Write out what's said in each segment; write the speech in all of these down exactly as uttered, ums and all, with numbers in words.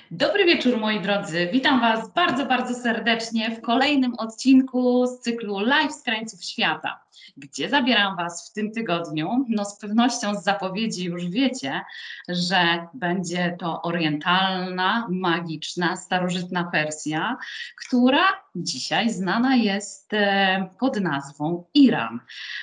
Dobry wieczór, moi drodzy. Witam Was bardzo, bardzo serdecznie w kolejnym odcinku z cyklu Live z krańców świata. Gdzie zabieram Was w tym tygodniu? No z pewnością z zapowiedzi już wiecie, że będzie to orientalna, magiczna, starożytna Persja, która dzisiaj znana jest pod nazwą Iran.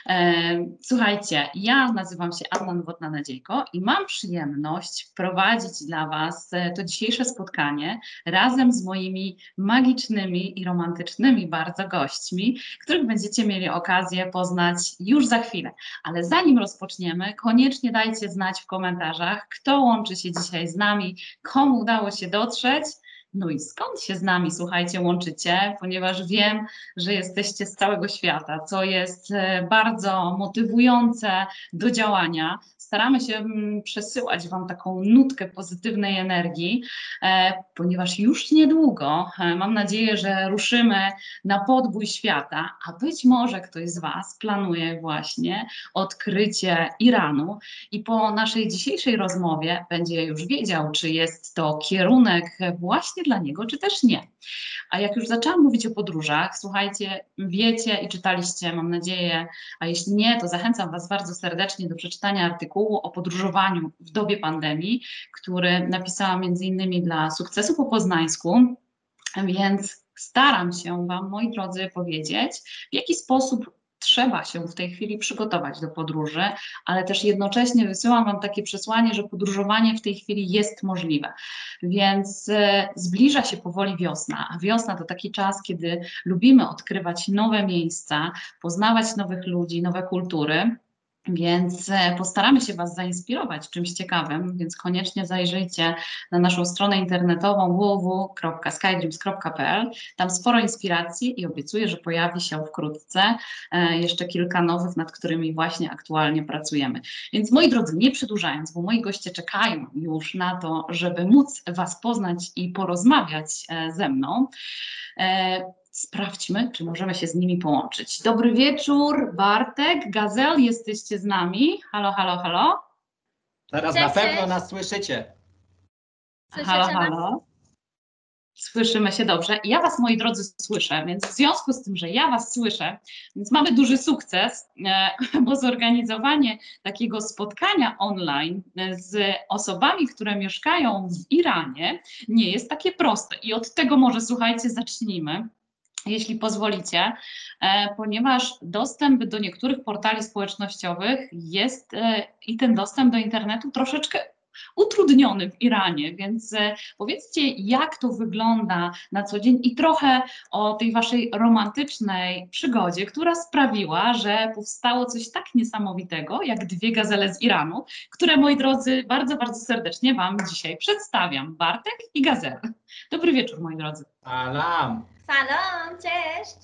Słuchajcie, ja nazywam się Anna Nowotna-Nadziejko i mam przyjemność prowadzić dla Was to dzisiejsze spotkanie razem z moimi magicznymi i romantycznymi bardzo gośćmi, których będziecie mieli okazję poznać już za chwilę. Ale zanim rozpoczniemy, koniecznie dajcie znać w komentarzach, kto łączy się dzisiaj z nami, komu udało się dotrzeć. No i skąd się z nami, słuchajcie, łączycie, ponieważ wiem, że jesteście z całego świata, co jest bardzo motywujące do działania. Staramy się przesyłać Wam taką nutkę pozytywnej energii, ponieważ już niedługo, mam nadzieję, że ruszymy na podbój świata, a być może ktoś z Was planuje właśnie odkrycie Iranu i po naszej dzisiejszej rozmowie będzie już wiedział, czy jest to kierunek właśnie dla niego, czy też nie. A jak już zaczęłam mówić o podróżach, słuchajcie, wiecie i czytaliście, mam nadzieję, a jeśli nie, to zachęcam Was bardzo serdecznie do przeczytania artykułu o podróżowaniu w dobie pandemii, który napisałam między innymi dla Sukcesu po Poznańsku, więc staram się Wam, moi drodzy, powiedzieć, w jaki sposób trzeba się w tej chwili przygotować do podróży, ale też jednocześnie wysyłam Wam takie przesłanie, że podróżowanie w tej chwili jest możliwe. Więc e, zbliża się powoli wiosna, a wiosna to taki czas, kiedy lubimy odkrywać nowe miejsca, poznawać nowych ludzi, nowe kultury. Więc postaramy się Was zainspirować czymś ciekawym, więc koniecznie zajrzyjcie na naszą stronę internetową w w w kropka skydreams kropka p l. Tam sporo inspiracji i obiecuję, że pojawi się wkrótce jeszcze kilka nowych, nad którymi właśnie aktualnie pracujemy. Więc moi drodzy, nie przedłużając, bo moi goście czekają już na to, żeby móc Was poznać i porozmawiać ze mną, sprawdźmy, czy możemy się z nimi połączyć. Dobry wieczór, Bartek, Gazel, jesteście z nami? Halo, halo, halo? Teraz Cześć, na pewno cześć. nas słyszycie. Słyszycie Halo, nas? halo. Słyszymy się dobrze. Ja Was, moi drodzy, słyszę, więc w związku z tym, że ja Was słyszę, więc mamy duży sukces, bo zorganizowanie takiego spotkania online z osobami, które mieszkają w Iranie, nie jest takie proste. I od tego może, słuchajcie, zacznijmy, jeśli pozwolicie, ponieważ dostęp do niektórych portali społecznościowych jest i ten dostęp do internetu troszeczkę utrudniony w Iranie, więc powiedzcie, jak to wygląda na co dzień i trochę o tej Waszej romantycznej przygodzie, która sprawiła, że powstało coś tak niesamowitego, jak dwie gazele z Iranu, które, moi drodzy, bardzo, bardzo serdecznie Wam dzisiaj przedstawiam. Bartek i Gazel. Dobry wieczór, moi drodzy. Alam. Salam, cześć.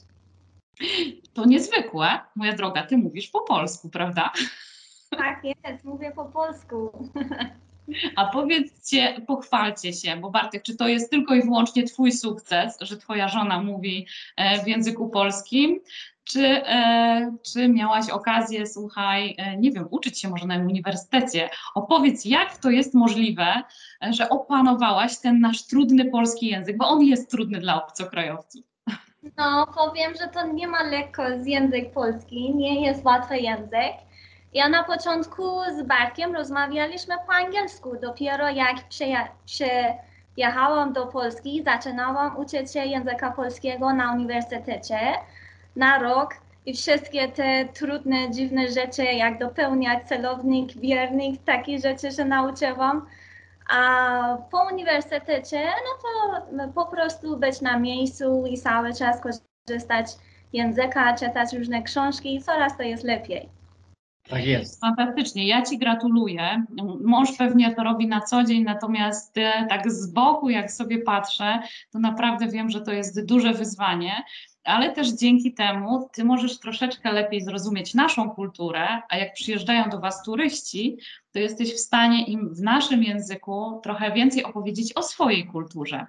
To niezwykłe, moja droga, Ty mówisz po polsku, prawda? Tak jest, mówię po polsku. A powiedzcie, pochwalcie się, bo Bartek, czy to jest tylko i wyłącznie Twój sukces, że Twoja żona mówi w języku polskim, czy, e, czy miałaś okazję, słuchaj, e, nie wiem, uczyć się może na uniwersytecie? Opowiedz, jak to jest możliwe, że opanowałaś ten nasz trudny polski język, bo on jest trudny dla obcokrajowców. No, powiem, że to nie ma lekko z język polski, nie jest łatwy język. Ja na początku z Bartkiem rozmawialiśmy po angielsku. Dopiero jak przyjechałam do Polski, zaczynałam uczyć się języka polskiego na uniwersytecie na rok i wszystkie te trudne, dziwne rzeczy, jak dopełniać celownik, wiernik, takie rzeczy się nauczyłam. A po uniwersytecie, no to po prostu być na miejscu i cały czas korzystać z języka, czytać różne książki i coraz to jest lepiej. Tak jest. Fantastycznie, ja Ci gratuluję. Mąż pewnie to robi na co dzień, natomiast tak z boku, jak sobie patrzę, to naprawdę wiem, że to jest duże wyzwanie, ale też dzięki temu Ty możesz troszeczkę lepiej zrozumieć naszą kulturę, a jak przyjeżdżają do Was turyści, to jesteś w stanie im w naszym języku trochę więcej opowiedzieć o swojej kulturze.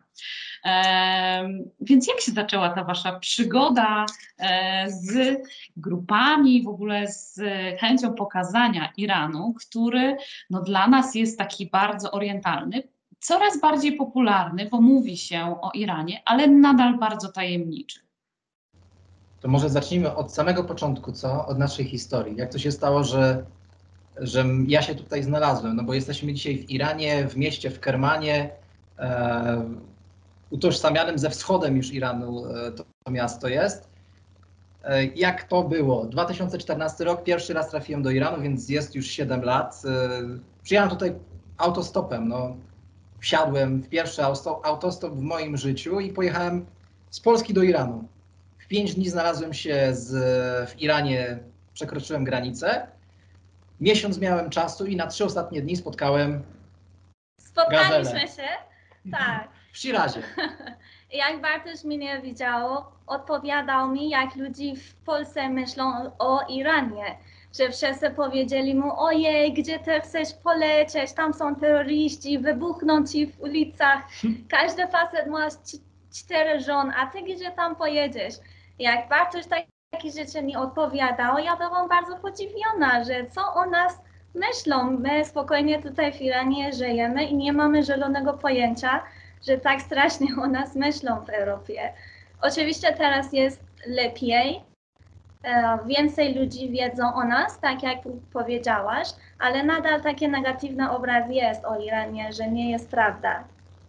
E, więc jak się zaczęła ta Wasza przygoda e, z grupami, w ogóle z chęcią pokazania Iranu, który no, dla nas jest taki bardzo orientalny? coraz bardziej popularny, bo mówi się o Iranie, ale nadal bardzo tajemniczy. To może zacznijmy od samego początku, co? Od naszej historii. Jak to się stało, że, że ja się tutaj znalazłem? No bo jesteśmy dzisiaj w Iranie, w mieście, w Kermanie, e, utożsamianym ze wschodem już Iranu e, to, to miasto jest. E, jak to było? dwa tysiące czternasty rok, pierwszy raz trafiłem do Iranu, więc jest już siedem lat. E, przyjechałem tutaj autostopem. No. Wsiadłem w pierwszy autostop w moim życiu i pojechałem z Polski do Iranu. W pięć dni znalazłem się z, w Iranie, przekroczyłem granicę. Miesiąc miałem czasu i na trzy ostatnie dni spotkałem Spotkaliśmy gazelę. się, tak. W Shirazie. Jak Bartosz mnie widział, odpowiadał mi, jak ludzie w Polsce myślą o Iranie. Że wszyscy powiedzieli mu, ojej, gdzie ty chcesz polecieć, tam są terroryści, wybuchną ci w ulicach. Każdy facet ma cztery żon, a ty gdzie tam pojedziesz? Jak Bartosz takie rzeczy mi odpowiadał, ja byłam bardzo podziwiona, że co o nas myślą. My spokojnie tutaj w Iranie żyjemy i nie mamy zielonego pojęcia, że tak strasznie o nas myślą w Europie. Oczywiście teraz jest lepiej, więcej ludzi wiedzą o nas, tak jak powiedziałaś, ale nadal taki negatywny obraz jest o Iranie, że nie jest prawda.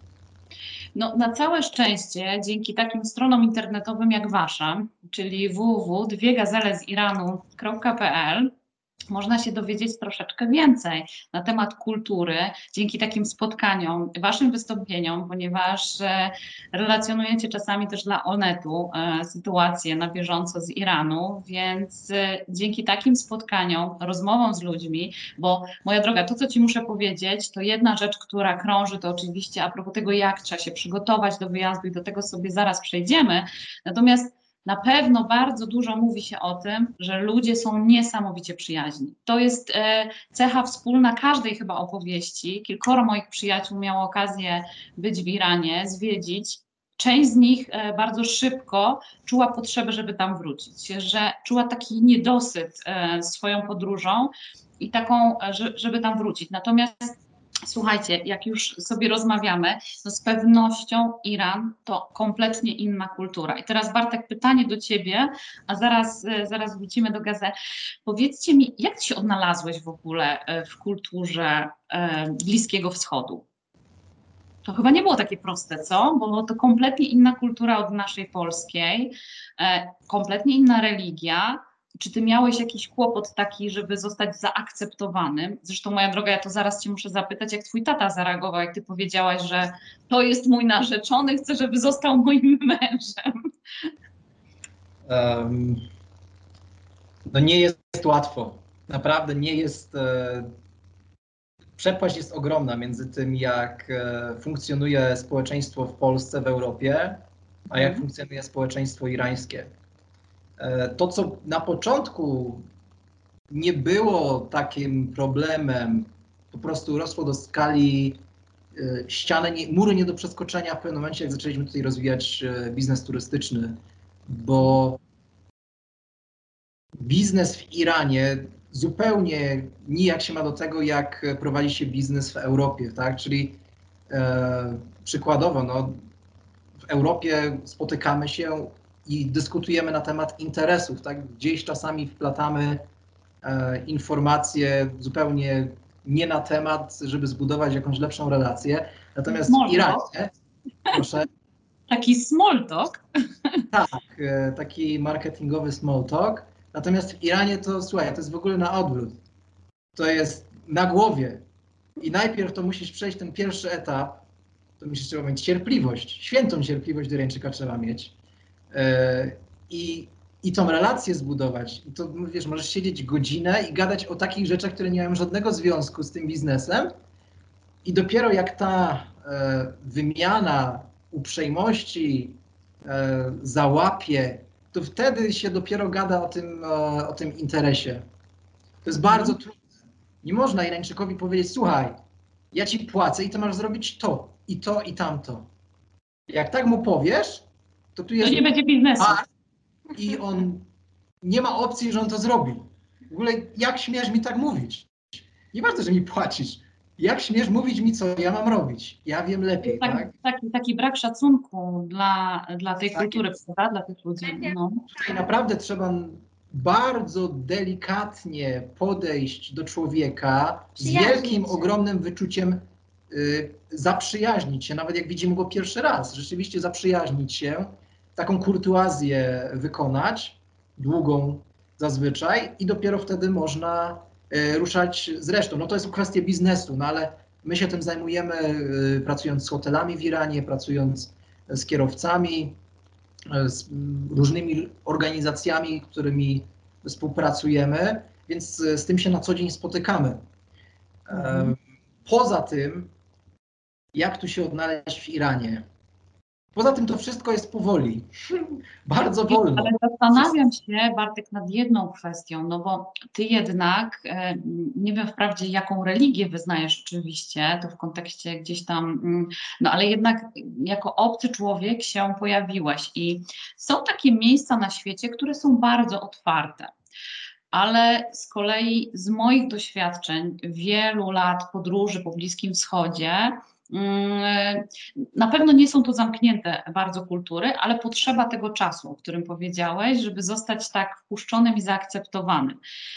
No, na całe szczęście, dzięki takim stronom internetowym jak wasza, czyli w w w kropka dwie gazele z iranu kropka p l, można się dowiedzieć troszeczkę więcej na temat kultury dzięki takim spotkaniom, waszym wystąpieniom, ponieważ e, relacjonujecie czasami też dla Onetu e, sytuację na bieżąco z Iranu, więc e, dzięki takim spotkaniom, rozmowom z ludźmi, bo moja droga, to co ci muszę powiedzieć, to jedna rzecz, która krąży, to oczywiście a propos tego, jak trzeba się przygotować do wyjazdu i do tego sobie zaraz przejdziemy, natomiast na pewno bardzo dużo mówi się o tym, że ludzie są niesamowicie przyjaźni. To jest e, cecha wspólna każdej chyba opowieści. Kilkoro moich przyjaciół miało okazję być w Iranie, zwiedzić. Część z nich e, bardzo szybko czuła potrzebę, żeby tam wrócić, że czuła taki niedosyt e, swoją podróżą i taką, że, żeby tam wrócić. Natomiast słuchajcie, jak już sobie rozmawiamy, no z pewnością Iran to kompletnie inna kultura. I teraz Bartek, pytanie do ciebie, a zaraz, zaraz wrócimy do gazy. Powiedzcie mi, jak ty się odnalazłeś w ogóle w kulturze Bliskiego Wschodu? To chyba nie było takie proste, co? Bo to kompletnie inna kultura od naszej polskiej, kompletnie inna religia. Czy ty miałeś jakiś kłopot taki, żeby zostać zaakceptowanym? Zresztą moja droga, ja to zaraz cię muszę zapytać, jak twój tata zareagował, jak ty powiedziałaś, że to jest mój narzeczony, chcę, żeby został moim mężem. Um, no nie jest łatwo. Naprawdę nie jest... E, przepaść jest ogromna między tym, jak e, funkcjonuje społeczeństwo w Polsce, w Europie, a jak Mhm. funkcjonuje społeczeństwo irańskie. To, co na początku nie było takim problemem, po prostu rosło do skali ściany, nie, mury nie do przeskoczenia w pewnym momencie, jak zaczęliśmy tutaj rozwijać biznes turystyczny, bo biznes w Iranie zupełnie nijak się ma do tego, jak prowadzi się biznes w Europie, tak? Czyli e, przykładowo, no, w Europie spotykamy się i dyskutujemy na temat interesów, tak? Gdzieś czasami wplatamy e, informacje zupełnie nie na temat, żeby zbudować jakąś lepszą relację. Natomiast w Iranie, proszę. Taki small talk. Tak, e, taki marketingowy small talk. Natomiast w Iranie to, słuchaj, to jest w ogóle na odwrót. To jest na głowie. I najpierw to musisz przejść ten pierwszy etap, to musisz trzeba mieć cierpliwość, świętą cierpliwość do Irańczyka trzeba mieć. I, i tą relację zbudować. I to, wiesz, możesz siedzieć godzinę i gadać o takich rzeczach, które nie mają żadnego związku z tym biznesem. I dopiero jak ta e, wymiana uprzejmości e, załapie, to wtedy się dopiero gada o tym, o, o tym interesie. To jest bardzo trudne. Nie można Irańczykowi powiedzieć, słuchaj, ja ci płacę i ty masz zrobić to, i to, i tamto. Jak tak mu powiesz, to tu jest... To nie będzie biznesu. I on nie ma opcji, że on to zrobi. W ogóle jak śmiesz mi tak mówić? Nieważne, że mi płacisz. Jak śmiesz mówić mi, co ja mam robić? Ja wiem lepiej, Taki, tak? taki, taki brak szacunku dla, dla tej Tak kultury, jest. prawda? Dla tych ludzi. No. Tutaj naprawdę trzeba bardzo delikatnie podejść do człowieka z Przyjaźnić wielkim, się. ogromnym wyczuciem, y, zaprzyjaźnić się, nawet jak widzimy go pierwszy raz, rzeczywiście zaprzyjaźnić się, taką kurtuazję wykonać, długą zazwyczaj i dopiero wtedy można y, ruszać z resztą. No to jest kwestia biznesu, no ale my się tym zajmujemy, y, pracując z hotelami w Iranie, pracując z kierowcami, z różnymi organizacjami, którymi współpracujemy, więc z tym się na co dzień spotykamy. Mhm. Poza tym, jak tu się odnaleźć w Iranie? Poza tym to wszystko jest powoli, bardzo wolno. Ale zastanawiam się, Bartek, nad jedną kwestią, no bo ty jednak, e, nie wiem wprawdzie jaką religię wyznajesz oczywiście, to w kontekście gdzieś tam, mm, no ale jednak jako obcy człowiek się pojawiłeś i są takie miejsca na świecie, które są bardzo otwarte. Ale z kolei z moich doświadczeń, wielu lat podróży po Bliskim Wschodzie, mm, na pewno nie są to zamknięte bardzo kultury, ale potrzeba tego czasu, o którym powiedziałeś, żeby zostać tak wpuszczonym i zaakceptowanym.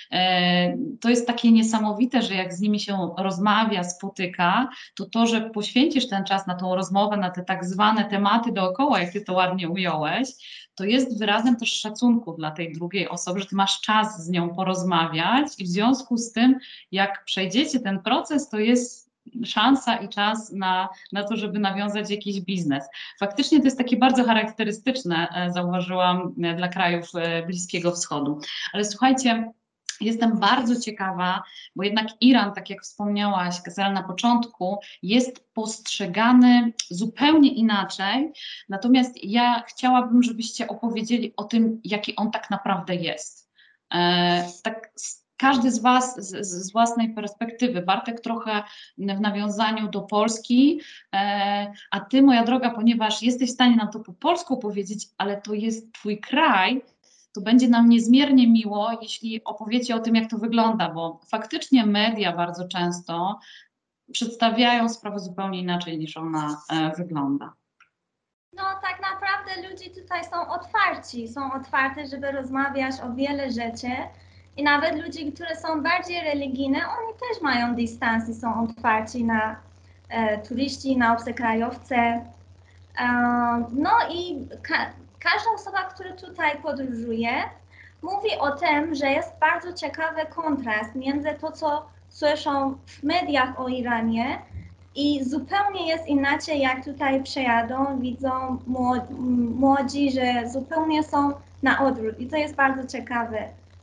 E, To jest takie niesamowite, że jak z nimi się rozmawia, spotyka, to to, że poświęcisz ten czas na tą rozmowę, na te tak zwane tematy dookoła, jak ty to ładnie ująłeś, to jest wyrazem też szacunku dla tej drugiej osoby, że ty masz czas z nią porozmawiać i w związku z tym, jak przejdziecie ten proces, to jest szansa i czas na, na to, żeby nawiązać jakiś biznes. Faktycznie to jest takie bardzo charakterystyczne, e, zauważyłam, e, dla krajów e, Bliskiego Wschodu. Ale słuchajcie, jestem bardzo ciekawa, bo jednak Iran, tak jak wspomniałaś, Gazel, na początku, jest postrzegany zupełnie inaczej. Natomiast ja chciałabym, żebyście opowiedzieli o tym, jaki on tak naprawdę jest. E, tak s- każdy z Was z, z własnej perspektywy. Bartek trochę w nawiązaniu do Polski, e, a Ty, moja droga, ponieważ jesteś w stanie nam to po polsku powiedzieć, ale to jest Twój kraj, to będzie nam niezmiernie miło, jeśli opowiecie o tym, jak to wygląda, bo faktycznie media bardzo często przedstawiają sprawę zupełnie inaczej, niż ona e, wygląda. No tak naprawdę ludzie tutaj są otwarci, są otwarci, żeby rozmawiać o wiele rzeczy i nawet ludzie, którzy są bardziej religijni, oni też mają dystans i są otwarci na e, turyści, na obcokrajowce. E, no i ka każda osoba, która tutaj podróżuje, mówi o tym, że jest bardzo ciekawy kontrast między to, co słyszą w mediach o Iranie, i zupełnie jest inaczej, jak tutaj przejadą, widzą młodzi, że zupełnie są na odwrót. I to jest bardzo ciekawe.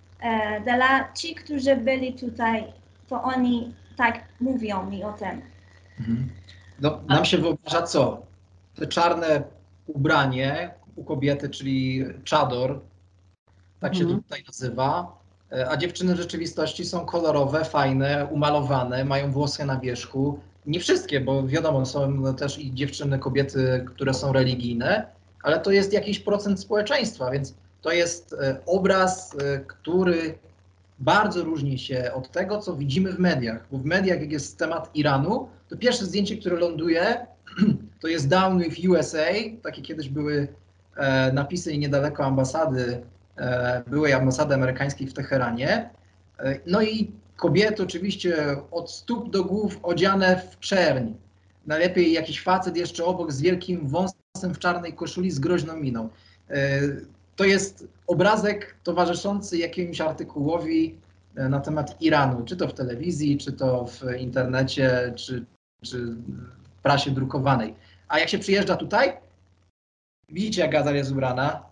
E, dla ci, którzy byli tutaj, to oni tak mówią mi o tym. Mhm. No, nam się wyobraża co? Te czarne ubranie u kobiety, czyli czador, tak się Mhm. tutaj nazywa, a dziewczyny w rzeczywistości są kolorowe, fajne, umalowane, mają włosy na wierzchu. Nie wszystkie, bo wiadomo, są też i dziewczyny, kobiety, które są religijne, ale to jest jakiś procent społeczeństwa, więc to jest obraz, który bardzo różni się od tego, co widzimy w mediach. Bo w mediach, jak jest temat Iranu, to pierwsze zdjęcie, które ląduje, to jest Down with U S A. Takie kiedyś były e, napisy niedaleko ambasady, e, byłej ambasady amerykańskiej w Teheranie. E, no i kobiety oczywiście od stóp do głów odziane w czerń. Najlepiej jakiś facet jeszcze obok z wielkim wąsem w czarnej koszuli z groźną miną. E, to jest obrazek towarzyszący jakiemuś artykułowi na temat Iranu, czy to w telewizji, czy to w internecie, czy, czy w prasie drukowanej. A jak się przyjeżdża tutaj, widzicie, jak Gazel jest ubrana,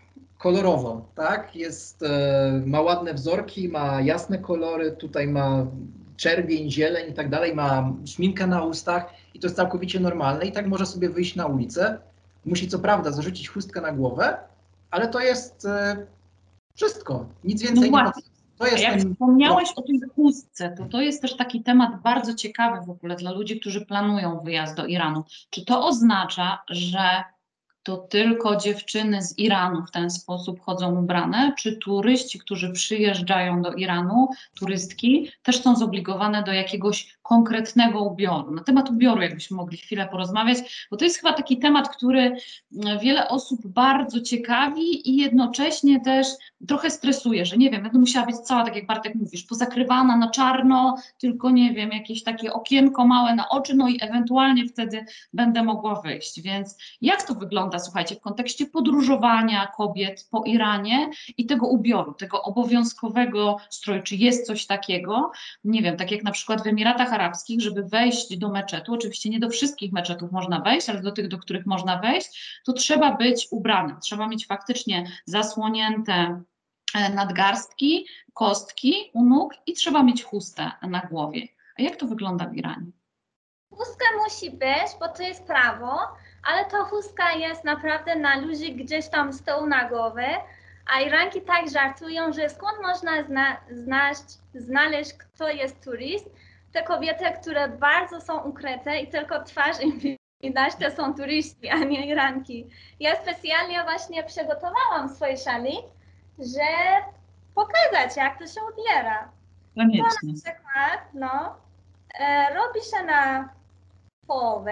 kolorowo, tak? Jest, e, ma ładne wzorki, ma jasne kolory, tutaj ma czerwień, zieleń i tak dalej, ma szminkę na ustach i to jest całkowicie normalne i tak może sobie wyjść na ulicę. Musi co prawda zarzucić chustkę na głowę, ale to jest e, wszystko, nic więcej No nie właśnie. potrzeba. To jest Jak ten wspomniałeś o tej chustce, to to jest też taki temat bardzo ciekawy w ogóle dla ludzi, którzy planują wyjazd do Iranu. Czy to oznacza, że to tylko dziewczyny z Iranu w ten sposób chodzą ubrane, czy turyści, którzy przyjeżdżają do Iranu, turystki, też są zobligowane do jakiegoś konkretnego ubioru. Na temat ubioru jakbyśmy mogli chwilę porozmawiać, bo to jest chyba taki temat, który wiele osób bardzo ciekawi i jednocześnie też trochę stresuje, że nie wiem, będę musiała być cała, tak jak Bartek mówisz, pozakrywana na czarno, tylko nie wiem, jakieś takie okienko małe na oczy, no i ewentualnie wtedy będę mogła wyjść. Więc jak to wygląda, słuchajcie, w kontekście podróżowania kobiet po Iranie i tego ubioru, tego obowiązkowego stroju? Czy jest coś takiego? Nie wiem, tak jak na przykład w Emiratach Arabskich, żeby wejść do meczetu, oczywiście nie do wszystkich meczetów można wejść, ale do tych, do których można wejść, to trzeba być ubranym, trzeba mieć faktycznie zasłonięte nadgarstki, kostki u nóg i trzeba mieć chustę na głowie. A jak to wygląda w Iranie? Chustka musi być, bo to jest prawo, ale ta chustka jest naprawdę na ludzi gdzieś tam z tyłu na głowę, a Iranki tak żartują, że skąd można zna znaleźć, znaleźć, kto jest turyst? Te kobiety, które bardzo są ukryte i tylko twarz im widać, to są turyści, a nie Iranki. Ja specjalnie właśnie przygotowałam swój szalik, że pokazać, jak to się ubiera. Koniecznie. To na przykład, no, e, robi się na połowę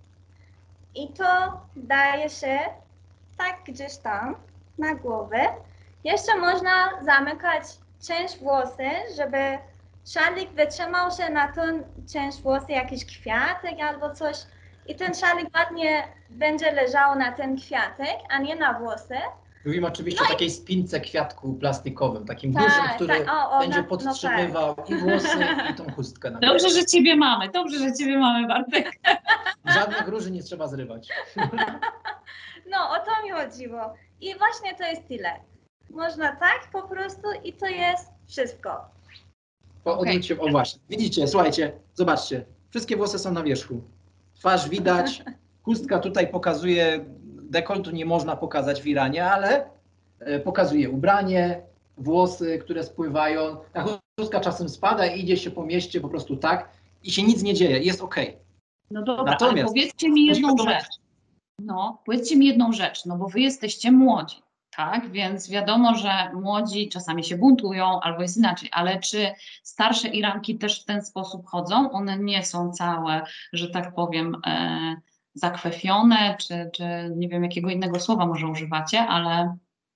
i to daje się tak gdzieś tam na głowę. Jeszcze można zamykać część włosy, żeby szalik wytrzymał się na tą część włosy, jakiś kwiatek albo coś. I ten szalik ładnie będzie leżał na ten kwiatek, a nie na włosy. Mówimy oczywiście No o i- takiej spince kwiatku plastikowym, takim Tak, dużym, który tak, o, o, będzie na- no podtrzymywał i włosy, i tą chustkę na Dobrze, głowie. że Ciebie mamy, dobrze, że Ciebie mamy, Bartek. Żadnych róży nie trzeba zrywać. No, o to mi chodziło. I właśnie to jest tyle. Można tak po prostu i to jest wszystko. Po Okej. odwrócie, o właśnie, widzicie, słuchajcie, zobaczcie, wszystkie włosy są na wierzchu. Twarz widać, chustka tutaj pokazuje, dekoltu nie można pokazać w Iranie, ale e, pokazuje ubranie, włosy, które spływają. Ta chustka czasem spada i idzie się po mieście po prostu tak i się nic nie dzieje, jest okej. No dobra, Natomiast- ale powiedzcie mi jedną Natomiast- rzecz. No, powiedzcie mi jedną rzecz, no bo wy jesteście młodzi, tak? Więc wiadomo, że młodzi czasami się buntują albo jest inaczej, ale czy starsze Iranki też w ten sposób chodzą? One nie są całe, że tak powiem, e, zakwefione, czy, czy nie wiem jakiego innego słowa może używacie, ale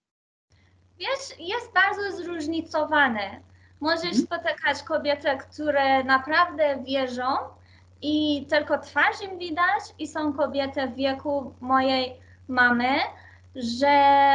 Wiesz, jest bardzo zróżnicowane. Możesz Mhm. spotykać kobiety, które naprawdę wierzą i tylko twarz im widać i są kobiety w wieku mojej mamy, że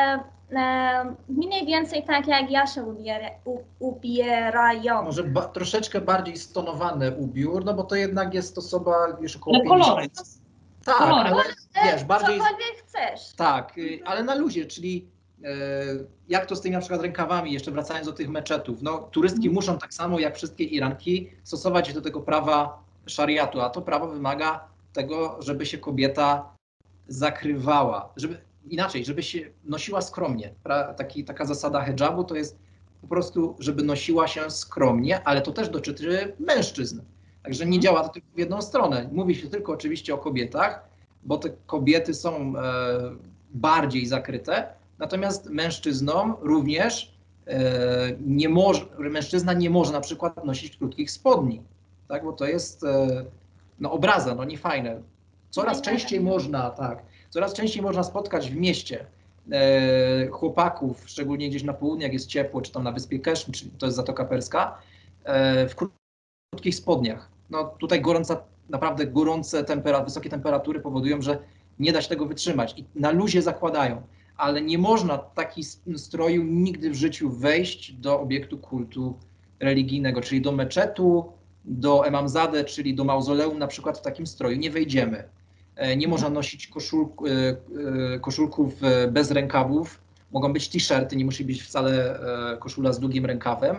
e, mniej więcej tak jak ja się ubiera, u, ubierają. Może ba troszeczkę bardziej stonowany ubiór, no bo to jednak jest osoba już około ale kolory. pięćdziesiąt. Tak, Kolory. ale wiesz, bardziej... Cokolwiek chcesz. Tak, y, ale na luzie, czyli e, jak to z tymi na przykład rękawami, jeszcze wracając do tych meczetów, no turystki muszą tak samo jak wszystkie Iranki stosować się do tego prawa szariatu, a to prawo wymaga tego, żeby się kobieta zakrywała, żeby inaczej, żeby się nosiła skromnie. Pra, taki, taka zasada hidżabu to jest po prostu, żeby nosiła się skromnie, ale to też dotyczy mężczyzn. Także nie działa to tylko w jedną stronę. Mówi się tylko oczywiście o kobietach, bo te kobiety są e, bardziej zakryte, natomiast mężczyznom również e, nie może, mężczyzna nie może na przykład nosić krótkich spodni, tak, bo to jest e, no, obraza, no niefajne. Coraz częściej można, tak, coraz częściej można spotkać w mieście e, chłopaków, szczególnie gdzieś na południu, jak jest ciepło, czy tam na wyspie Keszm, czy to jest Zatoka Perska, e, w krótkich spodniach. No tutaj gorąca, naprawdę gorące temperatury, wysokie temperatury powodują, że nie da się tego wytrzymać i na luzie zakładają, ale nie można w taki stroju nigdy w życiu wejść do obiektu kultu religijnego, czyli do meczetu, do Emamzade, czyli do mauzoleum na przykład w takim stroju nie wejdziemy. Nie można nosić koszulk, koszulków bez rękawów, mogą być t-shirty, nie musi być wcale koszula z długim rękawem,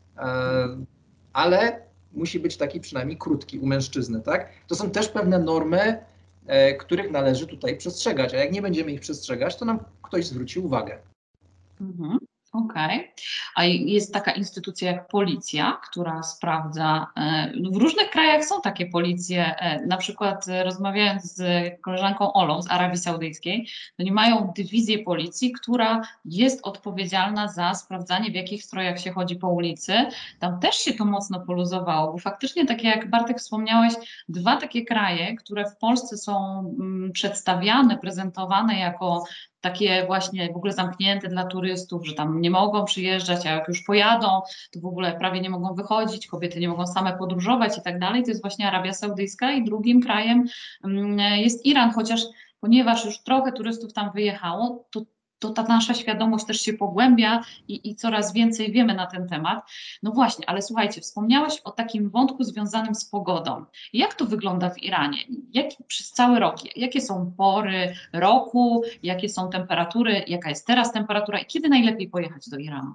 ale musi być taki przynajmniej krótki u mężczyzny, tak? To są też pewne normy, e, których należy tutaj przestrzegać, a jak nie będziemy ich przestrzegać, to nam ktoś zwróci uwagę. Mhm. Okej. Okay. A jest taka instytucja jak policja, która sprawdza, w różnych krajach są takie policje, na przykład rozmawiając z koleżanką Olą z Arabii Saudyjskiej, oni mają dywizję policji, która jest odpowiedzialna za sprawdzanie, w jakich strojach się chodzi po ulicy. Tam też się to mocno poluzowało, bo faktycznie, tak jak Bartek wspomniałeś, dwa takie kraje, które w Polsce są przedstawiane, prezentowane jako takie właśnie w ogóle zamknięte dla turystów, że tam nie mogą przyjeżdżać, a jak już pojadą, to w ogóle prawie nie mogą wychodzić, kobiety nie mogą same podróżować i tak dalej. To jest właśnie Arabia Saudyjska i drugim krajem jest Iran, chociaż ponieważ już trochę turystów tam wyjechało, to to ta nasza świadomość też się pogłębia i, i coraz więcej wiemy na ten temat. No właśnie, ale słuchajcie, wspomniałeś o takim wątku związanym z pogodą. Jak to wygląda w Iranie? Jak, przez cały rok? Jakie są pory roku? Jakie są temperatury? Jaka jest teraz temperatura? I kiedy najlepiej pojechać do Iranu?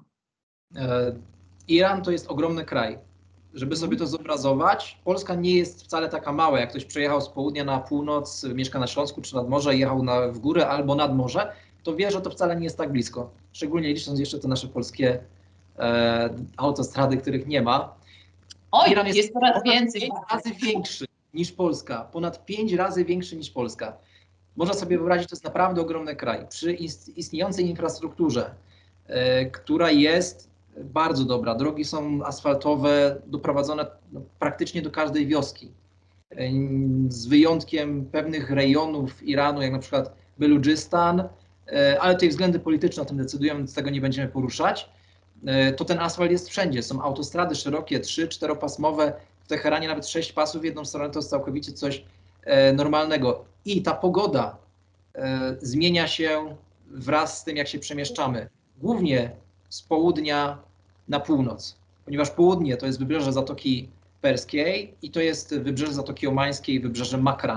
E, Iran to jest ogromny kraj. Żeby sobie to zobrazować, Polska nie jest wcale taka mała. Jak ktoś przejechał z południa na północ, mieszka na Śląsku czy nad morze, jechał na, w górę albo nad morze, to wie, że to wcale nie jest tak blisko. Szczególnie licząc jeszcze te nasze polskie e, autostrady, których nie ma. Oj, Iran jest, jest coraz więcej. pięć razy większy niż Polska. Ponad pięć razy większy niż Polska. Można sobie wyobrazić, to jest naprawdę ogromny kraj. Przy istniejącej infrastrukturze, e, która jest bardzo dobra. Drogi są asfaltowe, doprowadzone no, praktycznie do każdej wioski. E, z wyjątkiem pewnych rejonów Iranu, jak na przykład Beludżystan, ale tutaj względy polityczne o tym decydują, więc tego nie będziemy poruszać, to ten asfalt jest wszędzie. Są autostrady szerokie, trzy, czteropasmowe, w Teheranie nawet sześć pasów w jedną stronę, to jest całkowicie coś normalnego. I ta pogoda zmienia się wraz z tym, jak się przemieszczamy. Głównie z południa na północ, ponieważ południe to jest wybrzeże Zatoki Perskiej i to jest wybrzeże Zatoki Omańskiej, wybrzeże Makran.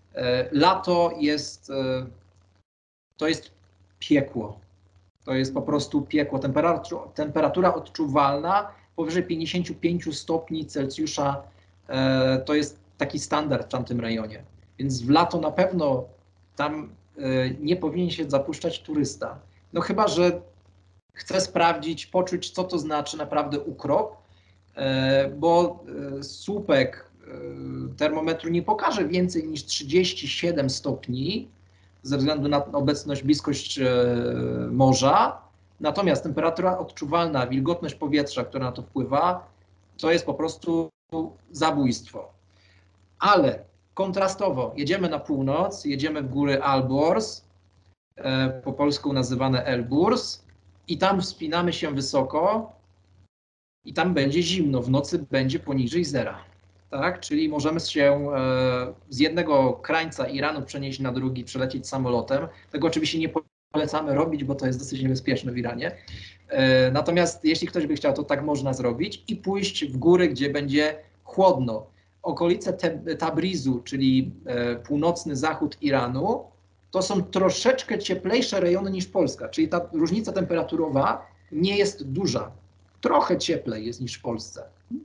Lato jest... To jest piekło. To jest po prostu piekło. Temperatura, temperatura odczuwalna powyżej pięćdziesiąt pięć stopni Celsjusza e, to jest taki standard w tamtym rejonie. Więc w lato na pewno tam e, nie powinien się zapuszczać turysta. No chyba że chce sprawdzić, poczuć, co to znaczy naprawdę ukrop, e, bo e, słupek e, termometru nie pokaże więcej niż trzydzieści siedem stopni, ze względu na obecność, bliskość e, morza. Natomiast temperatura odczuwalna, wilgotność powietrza, która na to wpływa, to jest po prostu zabójstwo. Ale kontrastowo jedziemy na północ, jedziemy w góry Alborz, e, po polsku nazywane Elburz, i tam wspinamy się wysoko i tam będzie zimno, w nocy będzie poniżej zera. Tak? Czyli możemy się e, z jednego krańca Iranu przenieść na drugi, przelecieć samolotem. Tego oczywiście nie polecamy robić, bo to jest dosyć niebezpieczne w Iranie. E, natomiast jeśli ktoś by chciał, to tak można zrobić i pójść w góry, gdzie będzie chłodno. Okolice Te Tabrizu, czyli e, północny zachód Iranu, to są troszeczkę cieplejsze rejony niż Polska, czyli ta różnica temperaturowa nie jest duża. Trochę cieplej jest niż w Polsce.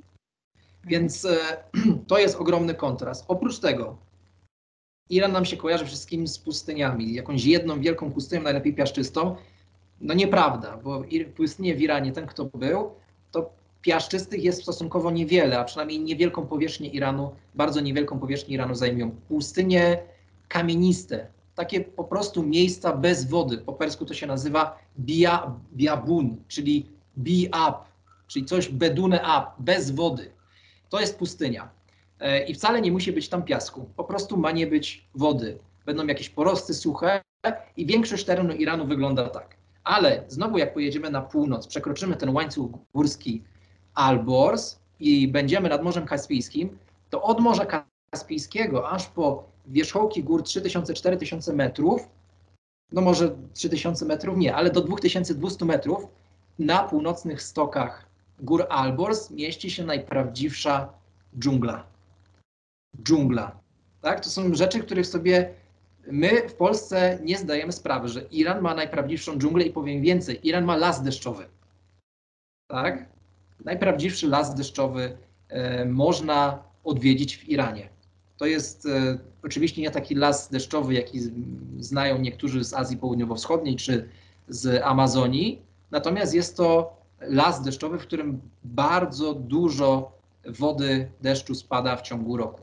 Więc e, to jest ogromny kontrast. Oprócz tego Iran nam się kojarzy wszystkim z pustyniami, jakąś jedną wielką pustynią, najlepiej piaszczystą. No nieprawda, bo pustynie w Iranie, ten kto był, to piaszczystych jest stosunkowo niewiele, a przynajmniej niewielką powierzchnię Iranu, bardzo niewielką powierzchnię Iranu zajmują. Pustynie kamieniste, takie po prostu miejsca bez wody. Po persku to się nazywa bia, biabun, czyli bi-up, czyli coś bedune up, bez wody. To jest pustynia i wcale nie musi być tam piasku, po prostu ma nie być wody. Będą jakieś porosty suche i większość terenu Iranu wygląda tak. Ale znowu jak pojedziemy na północ, przekroczymy ten łańcuch górski Alborz i będziemy nad Morzem Kaspijskim, to od Morza Kaspijskiego aż po wierzchołki gór trzy tysiące do czterech tysięcy metrów, no może trzy tysiące metrów nie, ale do dwóch tysięcy dwustu metrów na północnych stokach gór Alborz mieści się najprawdziwsza dżungla. Dżungla. Tak? To są rzeczy, których sobie my w Polsce nie zdajemy sprawy, że Iran ma najprawdziwszą dżunglę i powiem więcej, Iran ma las deszczowy. Tak? Najprawdziwszy las deszczowy e, można odwiedzić w Iranie. To jest e, oczywiście nie taki las deszczowy, jaki z, znają niektórzy z Azji Południowo-Wschodniej czy z Amazonii, natomiast jest to las deszczowy, w którym bardzo dużo wody deszczu spada w ciągu roku.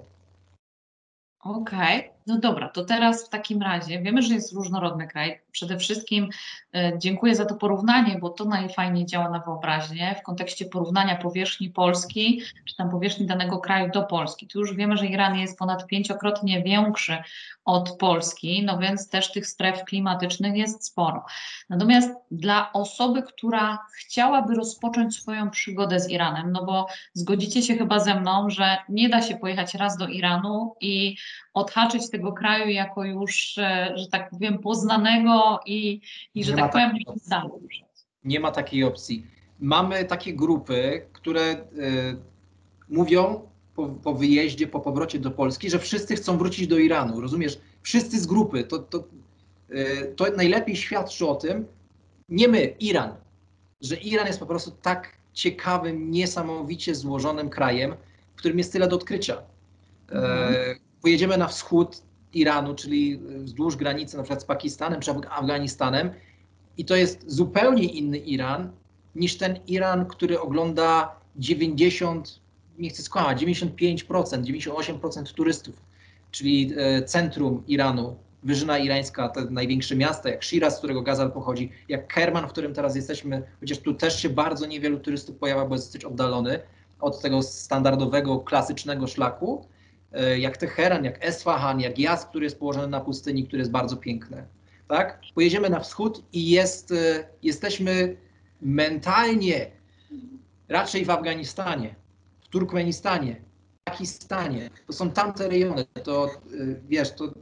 Okej, okay. No dobra, to teraz w takim razie wiemy, że jest różnorodny kraj. Przede wszystkim e, dziękuję za to porównanie, bo to najfajniej działa na wyobraźnię w kontekście porównania powierzchni Polski, czy tam powierzchni danego kraju do Polski. Tu już wiemy, że Iran jest ponad pięciokrotnie większy od Polski, no więc też tych stref klimatycznych jest sporo. Natomiast dla osoby, która chciałaby rozpocząć swoją przygodę z Iranem, no bo zgodzicie się chyba ze mną, że nie da się pojechać raz do Iranu i odhaczyć tego kraju jako już, że tak powiem, poznanego i, i że Nie tak ma powiem, zdalnie. Nie ma takiej opcji. Mamy takie grupy, które y, mówią po, po wyjeździe, po powrocie do Polski, że wszyscy chcą wrócić do Iranu. Rozumiesz? Wszyscy z grupy. To, to, y, to najlepiej świadczy o tym, nie my, Iran, że Iran jest po prostu tak ciekawym, niesamowicie złożonym krajem, w którym jest tyle do odkrycia. Mhm. Y, pojedziemy na wschód Iranu, czyli wzdłuż granicy na przykład z Pakistanem czy Afganistanem, i to jest zupełnie inny Iran niż ten Iran, który ogląda dziewięćdziesiąt, nie chcę skłamać, dziewięćdziesiąt pięć procent, dziewięćdziesiąt osiem procent turystów, czyli centrum Iranu, wyżyna irańska, te największe miasta, jak Shiraz, z którego Gazal pochodzi, jak Kerman, w którym teraz jesteśmy, chociaż tu też się bardzo niewielu turystów pojawia, bo jest dosyć oddalony od tego standardowego, klasycznego szlaku, jak Teheran, jak Esfahan, jak Yazd, który jest położony na pustyni, który jest bardzo piękny. Tak? Pojedziemy na wschód i jest, jesteśmy mentalnie raczej w Afganistanie, w Turkmenistanie, w Pakistanie. To są tamte rejony. To wiesz, to.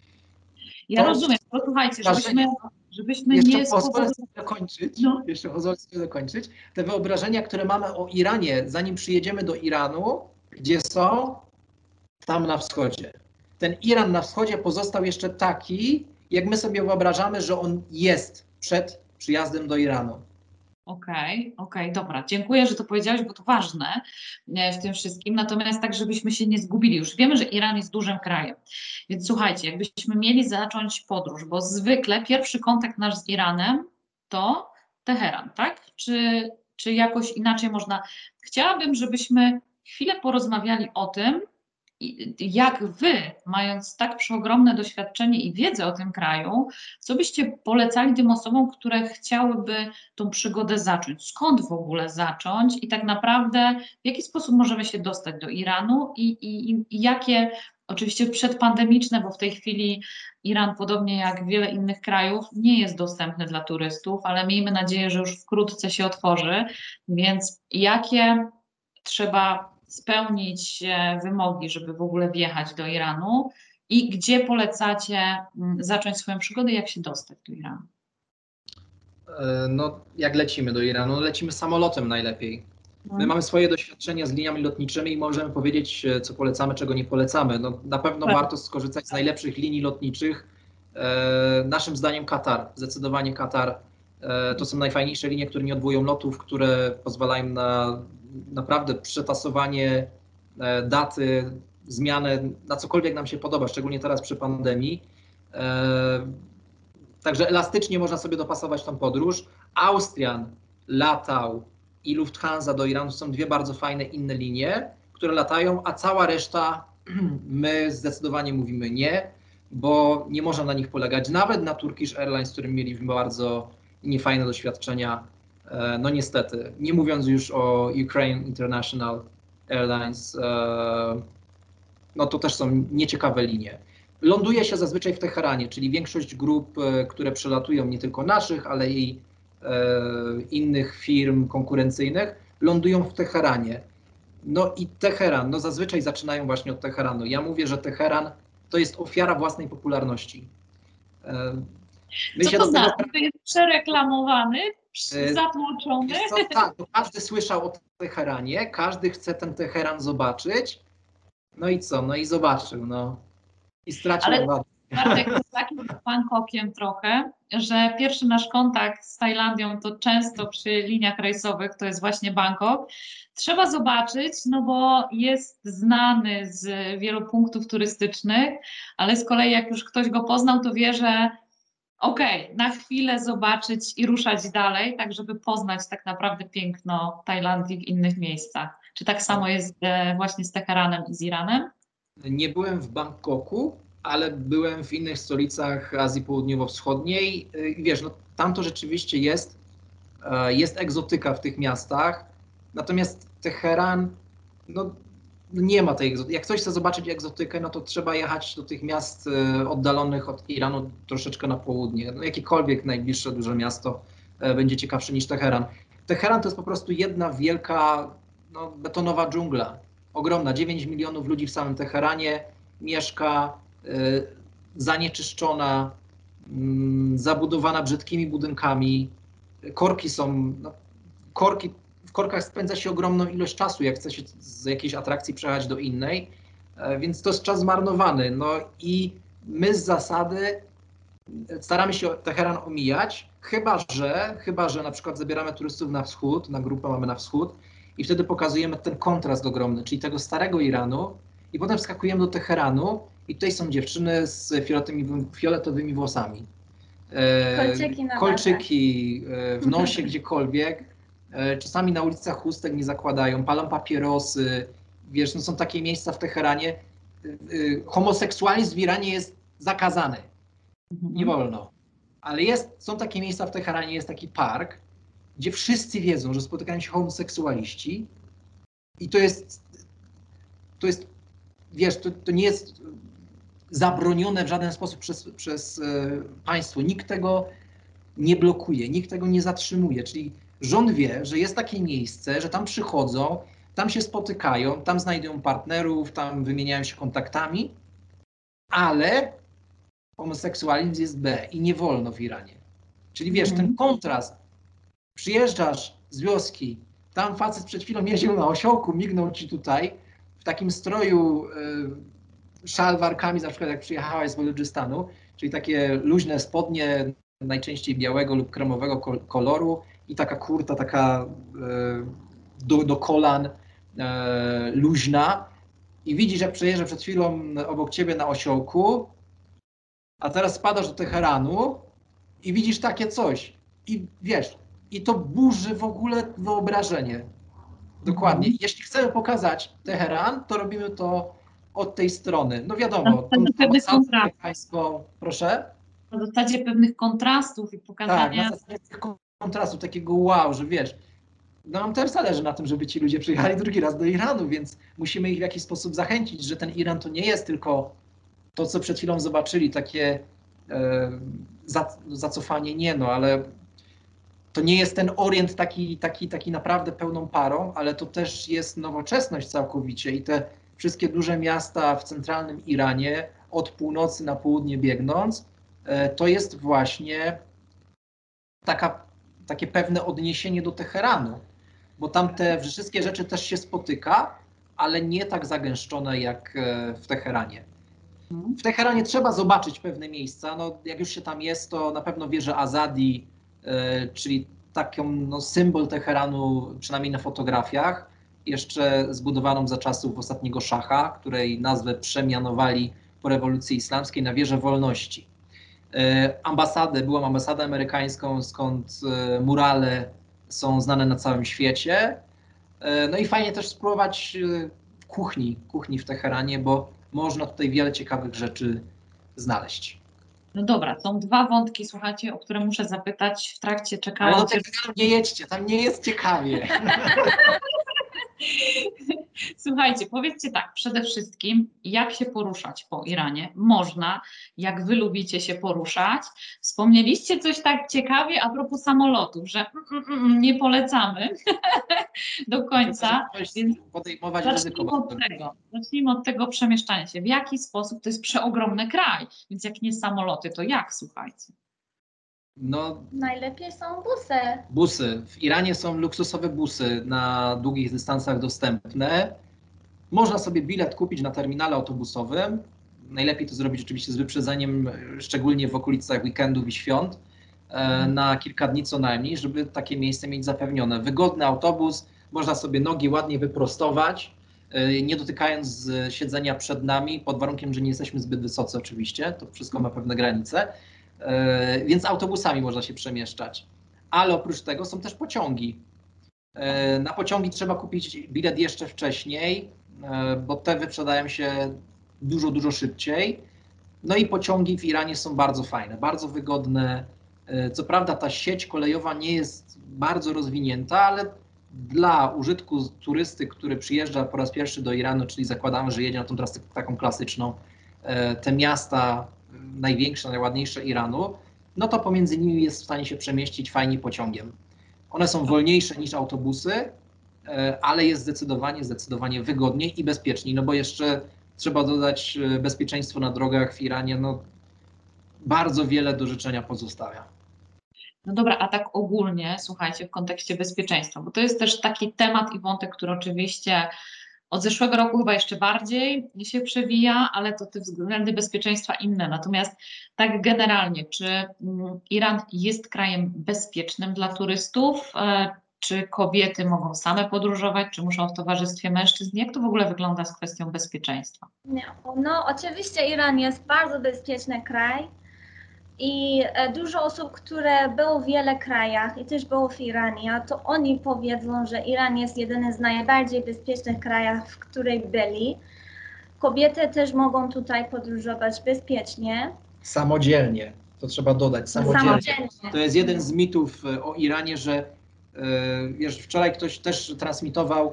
Ja to rozumiem, posłuchajcie, żebyśmy, żebyśmy jeszcze nie pozwolę sobie dokończyć. No. Jeszcze pozwolę sobie dokończyć. Te wyobrażenia, które mamy o Iranie, zanim przyjedziemy do Iranu, gdzie są? Tam na wschodzie. Ten Iran na wschodzie pozostał jeszcze taki, jak my sobie wyobrażamy, że on jest przed przyjazdem do Iranu. Okej, okay, okej, okay, dobra. Dziękuję, że to powiedziałeś, bo to ważne w tym wszystkim. Natomiast tak, żebyśmy się nie zgubili. Już wiemy, że Iran jest dużym krajem. Więc słuchajcie, jakbyśmy mieli zacząć podróż, bo zwykle pierwszy kontakt nasz z Iranem to Teheran, tak? Czy, czy jakoś inaczej można? Chciałabym, żebyśmy chwilę porozmawiali o tym, jak wy, mając tak przeogromne doświadczenie i wiedzę o tym kraju, co byście polecali tym osobom, które chciałyby tą przygodę zacząć? Skąd w ogóle zacząć i tak naprawdę w jaki sposób możemy się dostać do Iranu i, i, i jakie, oczywiście przedpandemiczne, bo w tej chwili Iran, podobnie jak wiele innych krajów, nie jest dostępny dla turystów, ale miejmy nadzieję, że już wkrótce się otworzy, więc jakie trzeba spełnić wymogi, żeby w ogóle wjechać do Iranu i gdzie polecacie zacząć swoją przygodę, jak się dostać do Iranu? No, jak lecimy do Iranu? No, lecimy samolotem najlepiej. My mamy swoje doświadczenia z liniami lotniczymi i możemy powiedzieć, co polecamy, czego nie polecamy. No, na pewno tak. Warto skorzystać z najlepszych linii lotniczych. E, naszym zdaniem Katar, zdecydowanie Katar. E, to są najfajniejsze linie, które nie odwołują lotów, które pozwalają na naprawdę przetasowanie e, daty, zmianę, na cokolwiek nam się podoba, szczególnie teraz przy pandemii. E, także elastycznie można sobie dopasować tą podróż. Austrian latał i Lufthansa do Iranu są dwie bardzo fajne inne linie, które latają, a cała reszta my zdecydowanie mówimy nie, bo nie można na nich polegać. Nawet na Turkish Airlines, z którym mieliśmy bardzo niefajne doświadczenia. No niestety, nie mówiąc już o Ukraine International Airlines, no to też są nieciekawe linie. Ląduje się zazwyczaj w Teheranie, czyli większość grup, które przylatują, nie tylko naszych, ale i innych firm konkurencyjnych, lądują w Teheranie. No i Teheran, no zazwyczaj zaczynają właśnie od Teheranu. Ja mówię, że Teheran to jest ofiara własnej popularności. My Co to znaczy? Tego... To jest przereklamowany, zatłoczony? Co, tak, to każdy słyszał o Teheranie, każdy chce ten Teheran zobaczyć. No i co? No i zobaczył, no. I stracił uwagę. Bartek jest takim Bangkokiem trochę, że pierwszy nasz kontakt z Tajlandią to często przy liniach rejsowych to jest właśnie Bangkok. Trzeba zobaczyć, no bo jest znany z wielu punktów turystycznych, ale z kolei jak już ktoś go poznał, to wie, że Okej, na chwilę zobaczyć i ruszać dalej, tak żeby poznać tak naprawdę piękno Tajlandii w innych miejscach. Czy tak samo jest e, właśnie z Teheranem i z Iranem? Nie byłem w Bangkoku, ale byłem w innych stolicach Azji Południowo-Wschodniej. I wiesz, no, tam to rzeczywiście jest, e, jest egzotyka w tych miastach, natomiast Teheran, no nie ma tej egzotyki. Jak ktoś chce zobaczyć egzotykę, no to trzeba jechać do tych miast e, oddalonych od Iranu troszeczkę na południe. No, jakiekolwiek najbliższe duże miasto e, będzie ciekawsze niż Teheran. Teheran to jest po prostu jedna wielka, no, betonowa dżungla. Ogromna, dziewięć milionów ludzi w samym Teheranie mieszka, y, zanieczyszczona, y, zabudowana brzydkimi budynkami. Korki są, no, korki, w korkach spędza się ogromną ilość czasu, jak chce się z jakiejś atrakcji przejechać do innej, y, więc to jest czas zmarnowany. No i my z zasady staramy się Teheran omijać, chyba że, chyba że na przykład zabieramy turystów na wschód, na grupę mamy na wschód, i wtedy pokazujemy ten kontrast ogromny, czyli tego starego Iranu, i potem wskakujemy do Teheranu i tutaj są dziewczyny z fioletowymi, fioletowymi włosami. E, Kolczyki na kolczyki e, w nosie, gdziekolwiek. E, czasami na ulicach chustek nie zakładają, palą papierosy. Wiesz, no są takie miejsca w Teheranie. E, e, homoseksualizm w Iranie jest zakazany. Nie wolno. Ale jest, są takie miejsca w Teheranie, jest taki park, gdzie wszyscy wiedzą, że spotykają się homoseksualiści i to jest, to jest wiesz, to, to nie jest zabronione w żaden sposób przez, przez e, państwo. Nikt tego nie blokuje, nikt tego nie zatrzymuje. Czyli rząd wie, że jest takie miejsce, że tam przychodzą, tam się spotykają, tam znajdują partnerów, tam wymieniają się kontaktami, ale homoseksualizm jest B i nie wolno w Iranie. Czyli wiesz, Mhm. ten kontrast. Przyjeżdżasz z wioski, tam facet przed chwilą jeździł na osiołku, mignął ci tutaj w takim stroju y, szalwarkami, na przykład jak przyjechałeś z Baludżystanu, czyli takie luźne spodnie, najczęściej białego lub kremowego kol koloru i taka kurta, taka y, do, do kolan y, luźna i widzisz, jak przejeżdża przed chwilą obok ciebie na osiołku, a teraz spadasz do Teheranu i widzisz takie coś i wiesz, i to burzy w ogóle wyobrażenie. Dokładnie. Mhm. Jeśli chcemy pokazać Teheran, to robimy to od tej strony. No wiadomo, Na zasadzie pewnych ambasadę kontrastów. amerykańską, proszę? Na zasadzie pewnych kontrastów i Tak, pokazania. na zasadzie tych kontrastu, takiego wow, że wiesz, no nam też zależy na tym, żeby ci ludzie przyjechali drugi raz do Iranu, więc musimy ich w jakiś sposób zachęcić, że ten Iran to nie jest tylko to, co przed chwilą zobaczyli, takie e, za, zacofanie, nie no, ale to nie jest ten Orient taki, taki, taki naprawdę pełną parą, ale to też jest nowoczesność całkowicie i te wszystkie duże miasta w centralnym Iranie, od północy na południe biegnąc, e, to jest właśnie taka, takie pewne odniesienie do Teheranu, bo tam te wszystkie rzeczy też się spotyka, ale nie tak zagęszczone jak e, w Teheranie. W Teheranie trzeba zobaczyć pewne miejsca. No, jak już się tam jest, to na pewno wieżę Azadi, e, czyli taką no, symbol Teheranu, przynajmniej na fotografiach, jeszcze zbudowaną za czasów ostatniego szacha, której nazwę przemianowali po rewolucji islamskiej na wieżę wolności. E, ambasadę, byłam ambasadą amerykańską, skąd e, murale są znane na całym świecie. E, no i fajnie też spróbować e, kuchni, kuchni w Teheranie, bo można tutaj wiele ciekawych rzeczy znaleźć. No dobra, są dwa wątki, słuchajcie, o które muszę zapytać. W trakcie Ale czekałam. do Teheranu nie jedźcie, tam nie jest ciekawie. Słuchajcie, powiedzcie tak, przede wszystkim, jak się poruszać po Iranie? Można, jak wy lubicie się poruszać. Wspomnieliście coś tak ciekawie a propos samolotów, że mm, mm, mm, nie polecamy do końca. Więc podejmować ryzyko. zacznijmy od tego. Zacznijmy od tego przemieszczania się. W jaki sposób? To jest przeogromny kraj, więc jak nie samoloty, to jak, słuchajcie? No, Najlepiej są busy. busy. W Iranie są luksusowe busy na długich dystansach dostępne. Można sobie bilet kupić na terminale autobusowym. Najlepiej to zrobić oczywiście z wyprzedzeniem, szczególnie w okolicach weekendów i świąt, na kilka dni co najmniej, żeby takie miejsce mieć zapewnione. Wygodny autobus, można sobie nogi ładnie wyprostować, nie dotykając siedzenia przed nami, pod warunkiem, że nie jesteśmy zbyt wysocy oczywiście, to wszystko ma pewne granice. e, więc autobusami można się przemieszczać. Ale oprócz tego są też pociągi. E, na pociągi trzeba kupić bilet jeszcze wcześniej, e, bo te wyprzedają się dużo, dużo szybciej. No i pociągi w Iranie są bardzo fajne, bardzo wygodne. E, co prawda ta sieć kolejowa nie jest bardzo rozwinięta, ale dla użytku turysty, który przyjeżdża po raz pierwszy do Iranu, czyli zakładamy, że jedzie na tą trasę taką klasyczną, te miasta największe, najładniejsze Iranu, no to pomiędzy nimi jest w stanie się przemieścić fajnie pociągiem. One są wolniejsze niż autobusy, ale jest zdecydowanie, zdecydowanie wygodniej i bezpieczniej, no bo jeszcze trzeba dodać bezpieczeństwo na drogach w Iranie, no bardzo wiele do życzenia pozostawia. No dobra, a tak ogólnie, słuchajcie, w kontekście bezpieczeństwa, bo to jest też taki temat i wątek, który oczywiście od zeszłego roku chyba jeszcze bardziej się przewija, ale to te względy bezpieczeństwa inne. Natomiast tak generalnie, czy Iran jest krajem bezpiecznym dla turystów? Czy kobiety mogą same podróżować, czy muszą w towarzystwie mężczyzn? Jak to w ogóle wygląda z kwestią bezpieczeństwa? No, oczywiście Iran jest bardzo bezpieczny kraj. I dużo osób, które było w wiele krajach i też było w Iranie, to oni powiedzą, że Iran jest jeden z najbardziej bezpiecznych krajów, w których byli. Kobiety też mogą tutaj podróżować bezpiecznie. Samodzielnie, to trzeba dodać, samodzielnie. Samodzielnie. To jest jeden z mitów o Iranie, że wiesz, wczoraj ktoś też transmitował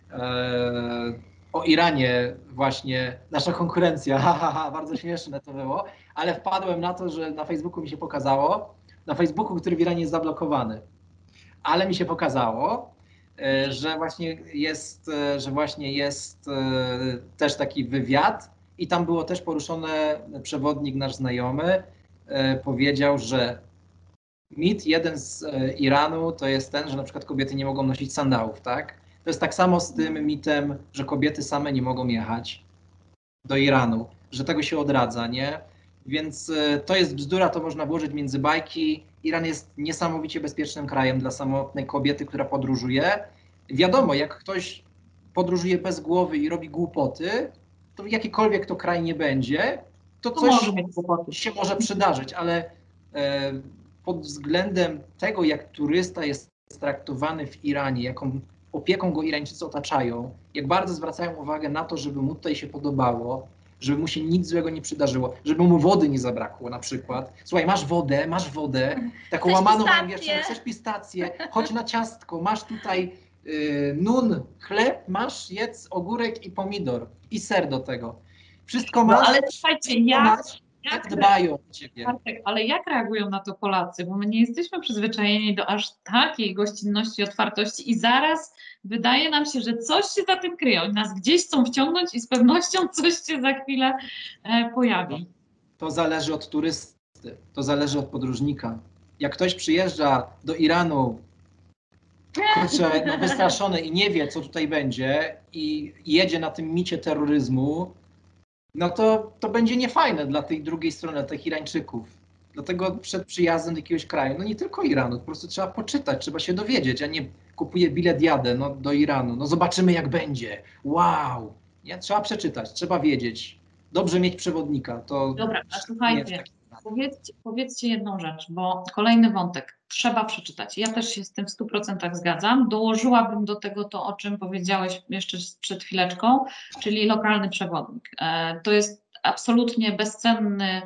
e, o Iranie właśnie, nasza konkurencja, ha, ha, ha, bardzo śmieszne to było, ale wpadłem na to, że na Facebooku mi się pokazało, na Facebooku, który w Iranie jest zablokowany, ale mi się pokazało, e, że właśnie jest, e, że właśnie jest e, też taki wywiad i tam było też poruszone, przewodnik nasz znajomy e, powiedział, że mit jeden z e, Iranu to jest ten, że na przykład kobiety nie mogą nosić sandałów, tak? To jest tak samo z tym mitem, że kobiety same nie mogą jechać do Iranu, że tego się odradza, nie? Więc e, to jest bzdura, to można włożyć między bajki. Iran jest niesamowicie bezpiecznym krajem dla samotnej kobiety, która podróżuje. Wiadomo, jak ktoś podróżuje bez głowy i robi głupoty, to jakikolwiek to kraj nie będzie, to To coś może mieć kłopoty. się może przydarzyć, ale e, pod względem tego, jak turysta jest traktowany w Iranie, jaką opieką go Irańczycy otaczają, jak bardzo zwracają uwagę na to, żeby mu tutaj się podobało, żeby mu się nic złego nie przydarzyło, żeby mu wody nie zabrakło na przykład. Słuchaj, masz wodę, masz wodę, taką Chcesz łamaną pistację? jeszcze, chcesz pistację, chodź na ciastko, masz tutaj y, nun, chleb, masz, jedz ogórek i pomidor i ser do tego. Wszystko No masz, ale słuchajcie, wszystko jak, masz, jak, tak dbają o ciebie. Bartek, ale jak reagują na to Polacy? Bo my nie jesteśmy przyzwyczajeni do aż takiej gościnności, otwartości i zaraz wydaje nam się, że coś się za tym kryje. Oni nas gdzieś chcą wciągnąć i z pewnością coś się za chwilę e, pojawi. To zależy od turysty, to zależy od podróżnika. Jak ktoś przyjeżdża do Iranu, kurczę, no wystraszony i nie wie, co tutaj będzie i jedzie na tym micie terroryzmu, no to, to będzie niefajne dla tej drugiej strony, dla tych Irańczyków. Dlatego przed przyjazdem do jakiegoś kraju, no nie tylko Iranu, po prostu trzeba poczytać, trzeba się dowiedzieć, a nie kupuję bilet, jadę no, do Iranu, no zobaczymy jak będzie, wow. Nie? Trzeba przeczytać, trzeba wiedzieć. Dobrze mieć przewodnika. To Dobra, a nie słuchajcie, jest taki- powiedzcie, powiedzcie jedną rzecz, bo kolejny wątek, trzeba przeczytać. Ja też się z tym w stu procentach zgadzam. Dołożyłabym do tego to, o czym powiedziałeś jeszcze przed chwileczką, czyli lokalny przewodnik. E, to jest absolutnie bezcenny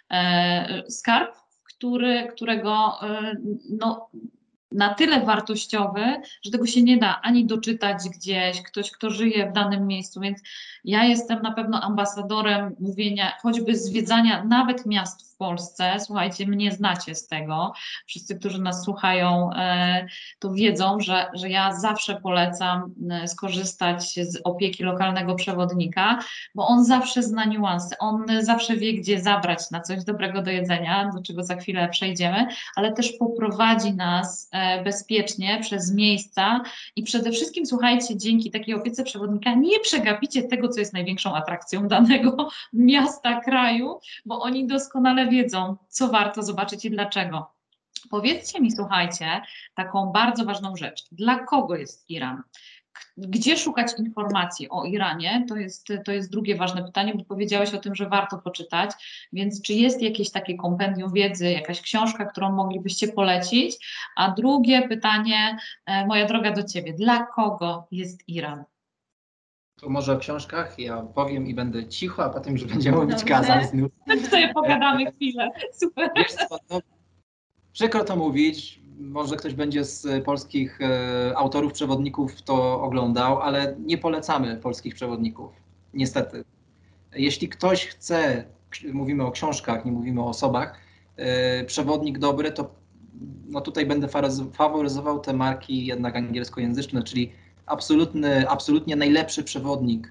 e, skarb, który, którego e, no, na tyle wartościowy, że tego się nie da ani doczytać gdzieś, ktoś, kto żyje w danym miejscu, więc ja jestem na pewno ambasadorem mówienia, choćby zwiedzania nawet miast w Polsce. Słuchajcie, mnie znacie z tego. Wszyscy, którzy nas słuchają, to wiedzą, że, że ja zawsze polecam skorzystać z opieki lokalnego przewodnika, bo on zawsze zna niuanse, on zawsze wie, gdzie zabrać na coś dobrego do jedzenia, do czego za chwilę przejdziemy, ale też poprowadzi nas bezpiecznie przez miejsca i przede wszystkim, słuchajcie, dzięki takiej opiece przewodnika nie przegapicie tego, co jest największą atrakcją danego miasta, kraju, bo oni doskonale wiedzą, co warto zobaczyć i dlaczego. Powiedzcie mi, słuchajcie, taką bardzo ważną rzecz. Dla kogo jest Iran? Gdzie szukać informacji o Iranie? To jest, to jest drugie ważne pytanie, bo powiedziałeś o tym, że warto poczytać, więc czy jest jakieś takie kompendium wiedzy, jakaś książka, którą moglibyście polecić? A drugie pytanie, moja droga, do Ciebie. Dla kogo jest Iran? To może o książkach ja powiem i będę cicho, a potem już będzie mówić Dobrze. Kazan znów. Tak sobie pogadamy chwilę. Super. Wiesz co, no, przykro to mówić, może ktoś będzie z polskich e, autorów, przewodników to oglądał, ale nie polecamy polskich przewodników, niestety. Jeśli ktoś chce, mówimy o książkach, nie mówimy o osobach, e, przewodnik dobry, to no tutaj będę faworyzował te marki jednak angielskojęzyczne, czyli absolutny, absolutnie najlepszy przewodnik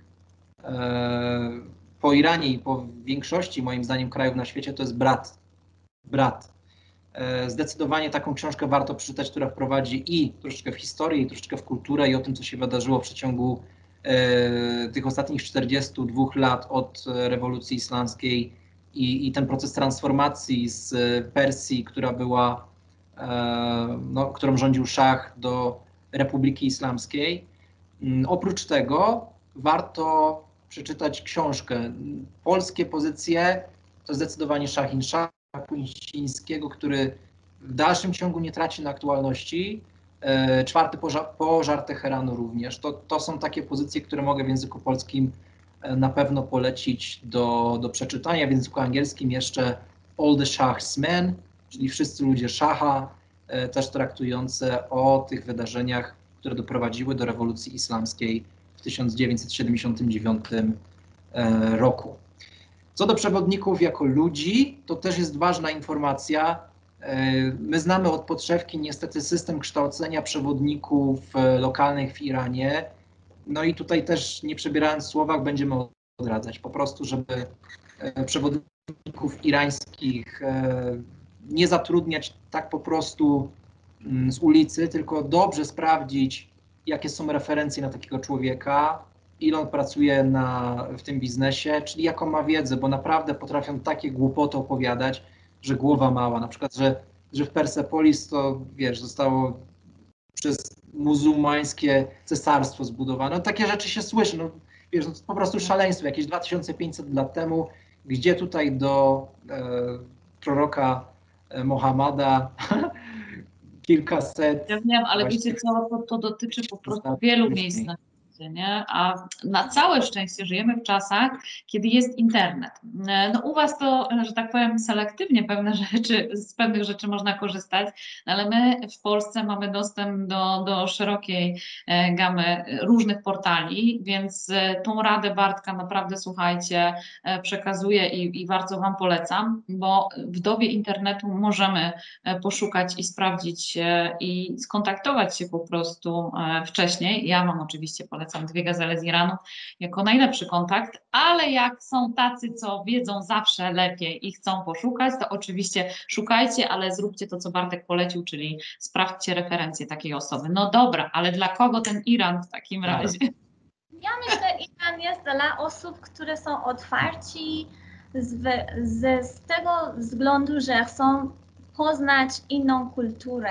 e, po Iranie i po większości moim zdaniem krajów na świecie to jest Brat. Brat. Zdecydowanie taką książkę warto przeczytać, która wprowadzi i troszeczkę w historię, i troszeczkę w kulturę i o tym, co się wydarzyło w przeciągu e, tych ostatnich czterdziestu dwóch lat od rewolucji islamskiej i, i ten proces transformacji z Persji, która była, e, no, którą rządził szach, do Republiki Islamskiej. Mm, oprócz tego warto przeczytać książkę. Polskie pozycje to zdecydowanie Szahin-Szach Chińskiego, który w dalszym ciągu nie traci na aktualności. E, czwarty pożar, pożar Teheranu również. To, to są takie pozycje, które mogę w języku polskim e, na pewno polecić do, do przeczytania. W języku angielskim jeszcze All the Shah's Men, czyli Wszyscy ludzie Szacha, e, też traktujące o tych wydarzeniach, które doprowadziły do rewolucji islamskiej w tysiąc dziewięćset siedemdziesiątym dziewiątym e, roku. Co do przewodników jako ludzi, to też jest ważna informacja. My znamy od podszewki niestety system kształcenia przewodników lokalnych w Iranie. No i tutaj też, nie przebierając w słowach, będziemy odradzać po prostu, żeby przewodników irańskich nie zatrudniać tak po prostu z ulicy, tylko dobrze sprawdzić, jakie są referencje na takiego człowieka, ile on pracuje na, w tym biznesie, czyli jaką ma wiedzę, bo naprawdę potrafią takie głupoty opowiadać, że głowa mała. Na przykład, że, że w Persepolis to, wiesz, zostało przez muzułmańskie cesarstwo zbudowane. No, takie rzeczy się słyszy, no, wiesz, no, to po prostu szaleństwo. Jakieś dwa tysiące pięćset lat temu, gdzie tutaj do e, proroka e, Mohammada kilkaset... Ja wiem, ale właśnie, wiecie co, to, to dotyczy po prostu wielu miejsc na świecie, nie? A na całe szczęście żyjemy w czasach, kiedy jest internet. No u Was to, że tak powiem, selektywnie pewne rzeczy, z pewnych rzeczy można korzystać, ale my w Polsce mamy dostęp do, do szerokiej gamy różnych portali, więc tą radę Bartka naprawdę, słuchajcie, przekazuję i, i bardzo Wam polecam, bo w dobie internetu możemy poszukać i sprawdzić i skontaktować się po prostu wcześniej. Ja Wam oczywiście polecam Dwie Gazele z Iranu jako najlepszy kontakt, ale jak są tacy, co wiedzą zawsze lepiej i chcą poszukać, to oczywiście szukajcie, ale zróbcie to, co Bartek polecił, czyli sprawdźcie referencje takiej osoby. No dobra, ale dla kogo ten Iran w takim razie? Ja myślę, że Iran jest dla osób, które są otwarci z, z, z tego względu, że chcą poznać inną kulturę.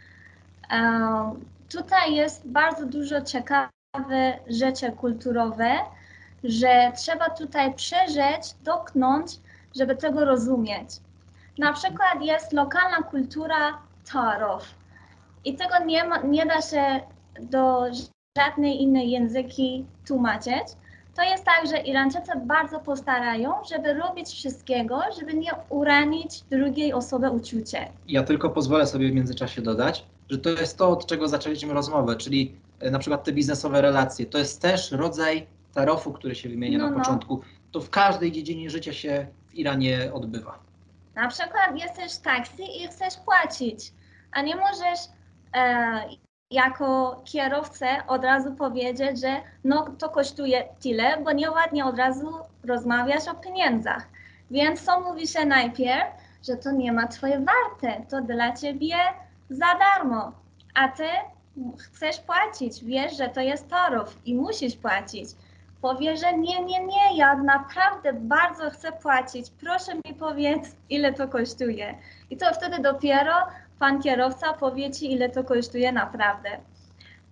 Um, tutaj jest bardzo dużo ciekawych rzeczy kulturowe, że trzeba tutaj przeżyć, dotknąć, żeby tego rozumieć. Na przykład jest lokalna kultura Tarof i tego nie, ma, nie da się do żadnej innej języki tłumaczyć. To jest tak, że Irańczycy bardzo postarają, żeby robić wszystkiego, żeby nie uranić drugiej osoby uczucie. Ja tylko pozwolę sobie w międzyczasie dodać, że to jest to, od czego zaczęliśmy rozmowę, czyli na przykład te biznesowe relacje. To jest też rodzaj tarofu, który się wymienia no, na no. początku. To w każdej dziedzinie życia się w Iranie odbywa. Na przykład jesteś w taksy i chcesz płacić, a nie możesz e, jako kierowca od razu powiedzieć, że no to kosztuje tyle, bo nieładnie od razu rozmawiasz o pieniądzach. Więc co mówi się najpierw, że to nie ma twojej warty, to dla ciebie za darmo, a ty chcesz płacić, wiesz, że to jest tarif i musisz płacić. Powie, że nie, nie, nie, ja naprawdę bardzo chcę płacić, proszę mi powiedz, ile to kosztuje. I to wtedy dopiero pan kierowca powie ci, ile to kosztuje naprawdę.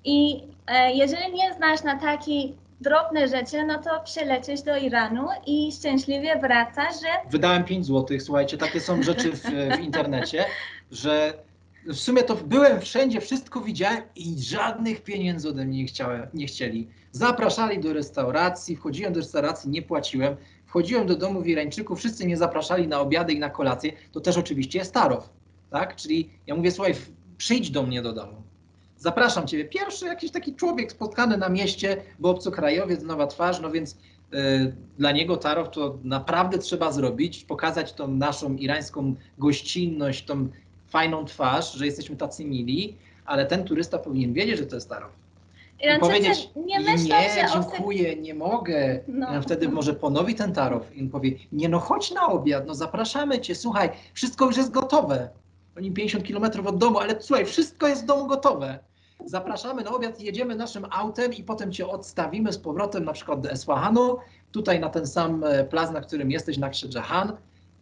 I e, jeżeli nie znasz na takie drobne rzeczy, no to przylecisz do Iranu i szczęśliwie wracasz, że... Wydałem pięć złotych, słuchajcie, takie są rzeczy w, w internecie, że w sumie to byłem wszędzie, wszystko widziałem i żadnych pieniędzy ode mnie nie, chciałem, nie chcieli. Zapraszali do restauracji, wchodziłem do restauracji, nie płaciłem, wchodziłem do domów Irańczyków, wszyscy mnie zapraszali na obiady i na kolację, to też oczywiście jest tarof, tak? Czyli ja mówię, słuchaj, przyjdź do mnie do domu. Zapraszam Ciebie. Pierwszy jakiś taki człowiek spotkany na mieście, bo obcokrajowiec, nowa twarz, no więc y, dla niego tarof to naprawdę trzeba zrobić, pokazać tą naszą irańską gościnność, tą fajną twarz, że jesteśmy tacy mili, ale ten turysta powinien wiedzieć, że to jest tarof. I powiedzieć, nie, myślą, nie, że dziękuję, nie mogę. No. I on wtedy może ponowi ten tarof i on powie, nie no chodź na obiad, no zapraszamy Cię, słuchaj, wszystko już jest gotowe. Oni pięćdziesiąt kilometrów od domu, ale słuchaj, wszystko jest w domu gotowe. Zapraszamy na obiad, jedziemy naszym autem i potem Cię odstawimy z powrotem na przykład do Esfahanu, tutaj na ten sam plac, na którym jesteś, na Krzyżahan.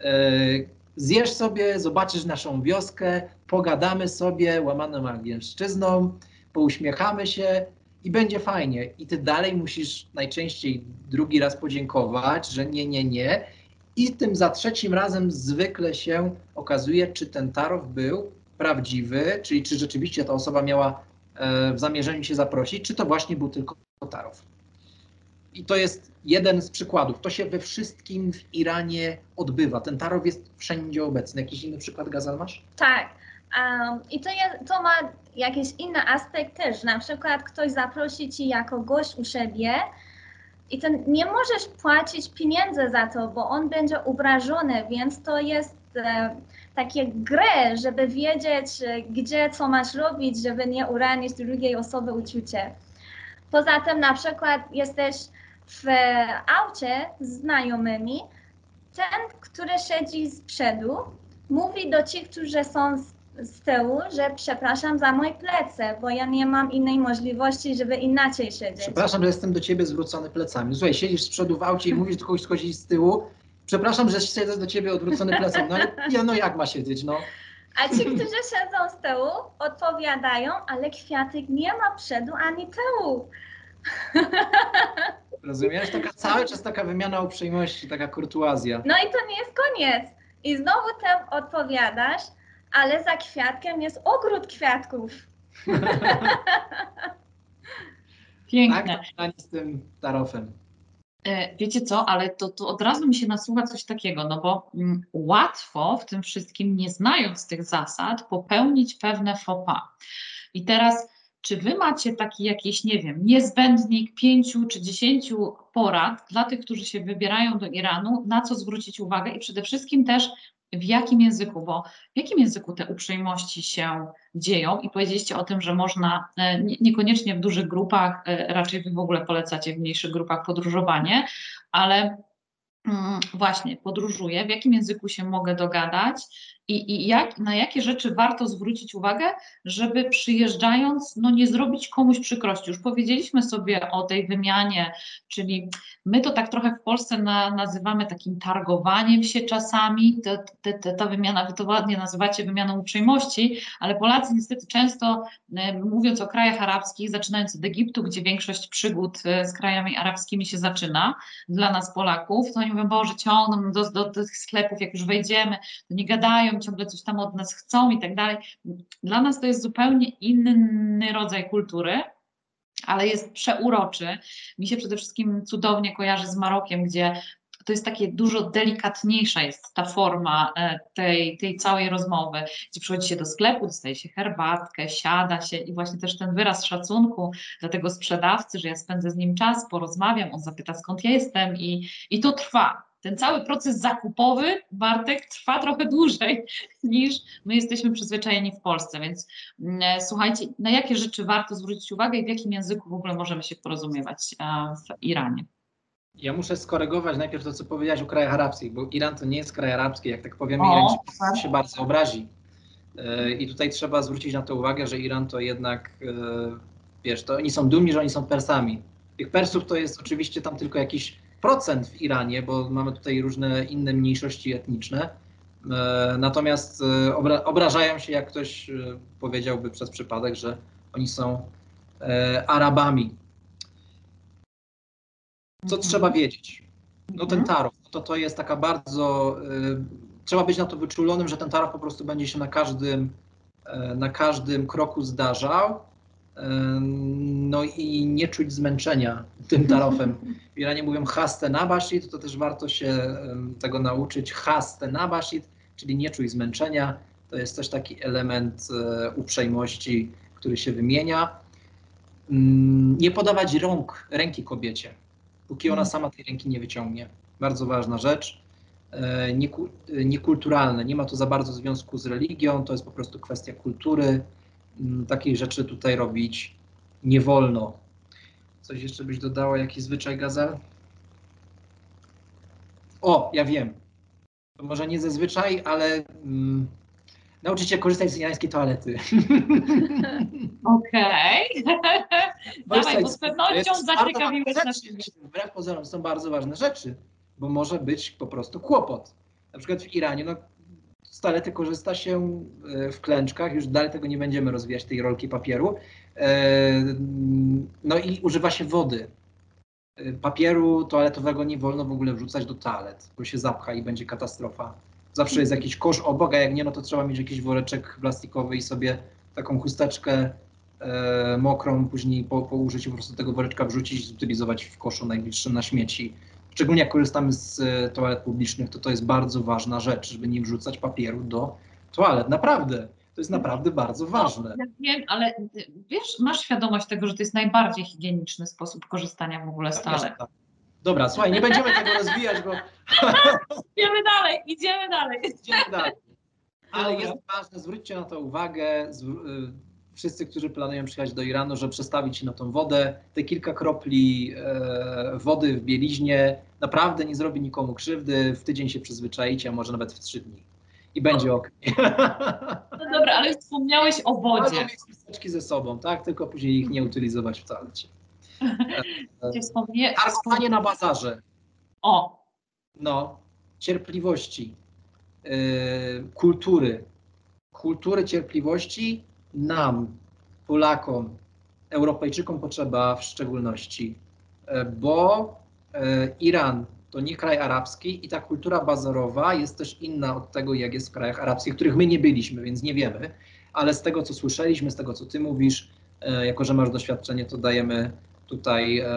Zjesz sobie, zobaczysz naszą wioskę, pogadamy sobie łamaną angielszczyzną, pouśmiechamy się i będzie fajnie. I Ty dalej musisz najczęściej drugi raz podziękować, że nie, nie, nie. I tym za trzecim razem zwykle się okazuje, czy ten tarof był prawdziwy, czyli czy rzeczywiście ta osoba miała e, w zamierzeniu się zaprosić, czy to właśnie był tylko tarof. I to jest jeden z przykładów. To się we wszystkim w Iranie odbywa. Ten tarof jest wszędzie obecny. Jakiś inny przykład, Gazal, masz? Tak. Um, I to, jest, to ma jakiś inny aspekt też. Na przykład ktoś zaprosi Ci jako gość u siebie i ten, nie możesz płacić pieniędzy za to, bo on będzie obrażony, więc to jest e, takie grę, żeby wiedzieć, gdzie co masz robić, żeby nie uranić drugiej osoby uczucie. Poza tym na przykład jesteś w aucie z znajomymi, ten, który siedzi z przodu, mówi do tych, którzy są z, z tyłu, że przepraszam za moje plecy, bo ja nie mam innej możliwości, żeby inaczej siedzieć. Przepraszam, że jestem do Ciebie zwrócony plecami. Słuchaj, siedzisz z przodu w aucie i mówisz do kogoś, schodzi z tyłu. Przepraszam, że siedzę do Ciebie odwrócony plecem. No ale ja, no jak ma siedzieć, no? A ci, którzy siedzą z tyłu, odpowiadają, ale kwiatek nie ma przodu ani tyłu. Rozumiesz? Taka cały czas taka wymiana uprzejmości, taka kurtuazja. No i to nie jest koniec. I znowu ty odpowiadasz, ale za kwiatkiem jest ogród kwiatków. Piękne. Tak, to z tym tarofem. Wiecie co, ale to, to od razu mi się nasuwa coś takiego, no bo mm, łatwo w tym wszystkim, nie znając tych zasad, popełnić pewne faux pas. I teraz, czy wy macie taki jakiś, nie wiem, niezbędnik pięciu czy dziesięciu porad dla tych, którzy się wybierają do Iranu, na co zwrócić uwagę i przede wszystkim też w jakim języku, bo w jakim języku te uprzejmości się dzieją i powiedzieliście o tym, że można nie, niekoniecznie w dużych grupach, raczej wy w ogóle polecacie w mniejszych grupach podróżowanie, ale mm, właśnie podróżuję, w jakim języku się mogę dogadać i, i jak, na jakie rzeczy warto zwrócić uwagę, żeby przyjeżdżając, no nie zrobić komuś przykrości. Już powiedzieliśmy sobie o tej wymianie, czyli my to tak trochę w Polsce na, nazywamy takim targowaniem się czasami, te, te, te, ta wymiana, wy to ładnie nazywacie wymianą uprzejmości, ale Polacy niestety często, e, mówiąc o krajach arabskich, zaczynając od Egiptu, gdzie większość przygód e, z krajami arabskimi się zaczyna, dla nas Polaków, to oni mówią, Boże, ciągną do, do tych sklepów, jak już wejdziemy, to nie gadają, ciągle coś tam od nas chcą i tak dalej. Dla nas to jest zupełnie inny rodzaj kultury, ale jest przeuroczy. Mi się przede wszystkim cudownie kojarzy z Marokiem, gdzie to jest takie dużo delikatniejsza jest ta forma tej, tej całej rozmowy, gdzie przychodzi się do sklepu, dostaje się herbatkę, siada się i właśnie też ten wyraz szacunku dla tego sprzedawcy, że ja spędzę z nim czas, porozmawiam, on zapyta skąd ja jestem i, i to trwa. Ten cały proces zakupowy, Bartek, trwa trochę dłużej niż my jesteśmy przyzwyczajeni w Polsce, więc e, słuchajcie, na jakie rzeczy warto zwrócić uwagę i w jakim języku w ogóle możemy się porozumiewać e, w Iranie? Ja muszę skorygować najpierw to, co powiedziałaś o krajach arabskich, bo Iran to nie jest kraj arabski, jak tak powiemy, O, Iran tak. się bardzo obrazi. E, I tutaj trzeba zwrócić na to uwagę, że Iran to jednak, e, wiesz, to oni są dumni, że oni są Persami. Tych Persów to jest oczywiście tam tylko jakiś procent w Iranie, bo mamy tutaj różne inne mniejszości etniczne. E, natomiast e, obra obrażają się, jak ktoś e, powiedziałby przez przypadek, że oni są e, Arabami. Co Mhm. trzeba wiedzieć? No ten Mhm. tarof, to, to jest taka bardzo, y, trzeba być na to wyczulonym, że ten tarof po prostu będzie się na każdym, y, na każdym kroku zdarzał. Y, no i nie czuć zmęczenia tym tarofem. W Iranie mówią haste nabashid, to też warto się y, tego nauczyć. Haste nabashid, czyli nie czuj zmęczenia. To jest też taki element y, uprzejmości, który się wymienia. Y, nie podawać rąk, ręki kobiecie, póki ona sama tej ręki nie wyciągnie. Bardzo ważna rzecz. E, nieku, niekulturalne. Nie ma to za bardzo związku z religią, to jest po prostu kwestia kultury. M, Takiej rzeczy tutaj robić nie wolno. Coś jeszcze byś dodała, jakiś zwyczaj, Gazel? O, ja wiem. To może nie zazwyczaj, ale mm, nauczyć się korzystać z irańskiej toalety. Okej. Dawaj, bo z pewnością To jest bardzo zaciekawiłeś ważne nas. rzeczy. Wbrew pozorom są bardzo ważne rzeczy, bo może być po prostu kłopot. Na przykład w Iranie, no, z toalety korzysta się e, w klęczkach, już dalej tego nie będziemy rozwijać, tej rolki papieru. E, No i używa się wody. E, Papieru toaletowego nie wolno w ogóle wrzucać do toalet, bo się zapcha i będzie katastrofa. Zawsze jest jakiś kosz obok, a jak nie, no to trzeba mieć jakiś woreczek plastikowy i sobie taką chusteczkę e, mokrą, później po, po użyciu po prostu tego woreczka wrzucić i zutylizować w koszu najbliższym na śmieci. Szczególnie jak korzystamy z e, toalet publicznych, to to jest bardzo ważna rzecz, żeby nie wrzucać papieru do toalet. Naprawdę. To jest naprawdę bardzo ważne. No, ja wiem, ale wiesz, masz świadomość tego, że to jest najbardziej higieniczny sposób korzystania w ogóle z toalet. Tak. Dobra, słuchaj, nie będziemy tego rozwijać, bo Idziemy dalej, idziemy dalej. idziemy dalej. Ale Dobra. jest ważne, zwróćcie na to uwagę, zwr- y, wszyscy, którzy planują przyjechać do Iranu, że przestawić się na tą wodę. Te kilka kropli e, wody w bieliźnie naprawdę nie zrobi nikomu krzywdy. W tydzień się przyzwyczaicie, a może nawet w trzy dni. I będzie ok. No dobra, ale wspomniałeś o Albo wodzie. mieć chusteczki ze sobą, tak? Tylko później ich nie utylizować w toalecie. Gdzie wspomnie... Targowanie na bazarze. O, No, cierpliwości, yy, kultury, kultury cierpliwości nam, Polakom, Europejczykom potrzeba w szczególności, yy, bo yy, Iran to nie kraj arabski i ta kultura bazarowa jest też inna od tego, jak jest w krajach arabskich, w których my nie byliśmy, więc nie wiemy, ale z tego, co słyszeliśmy, z tego, co ty mówisz, yy, jako że masz doświadczenie, to dajemy tutaj yy,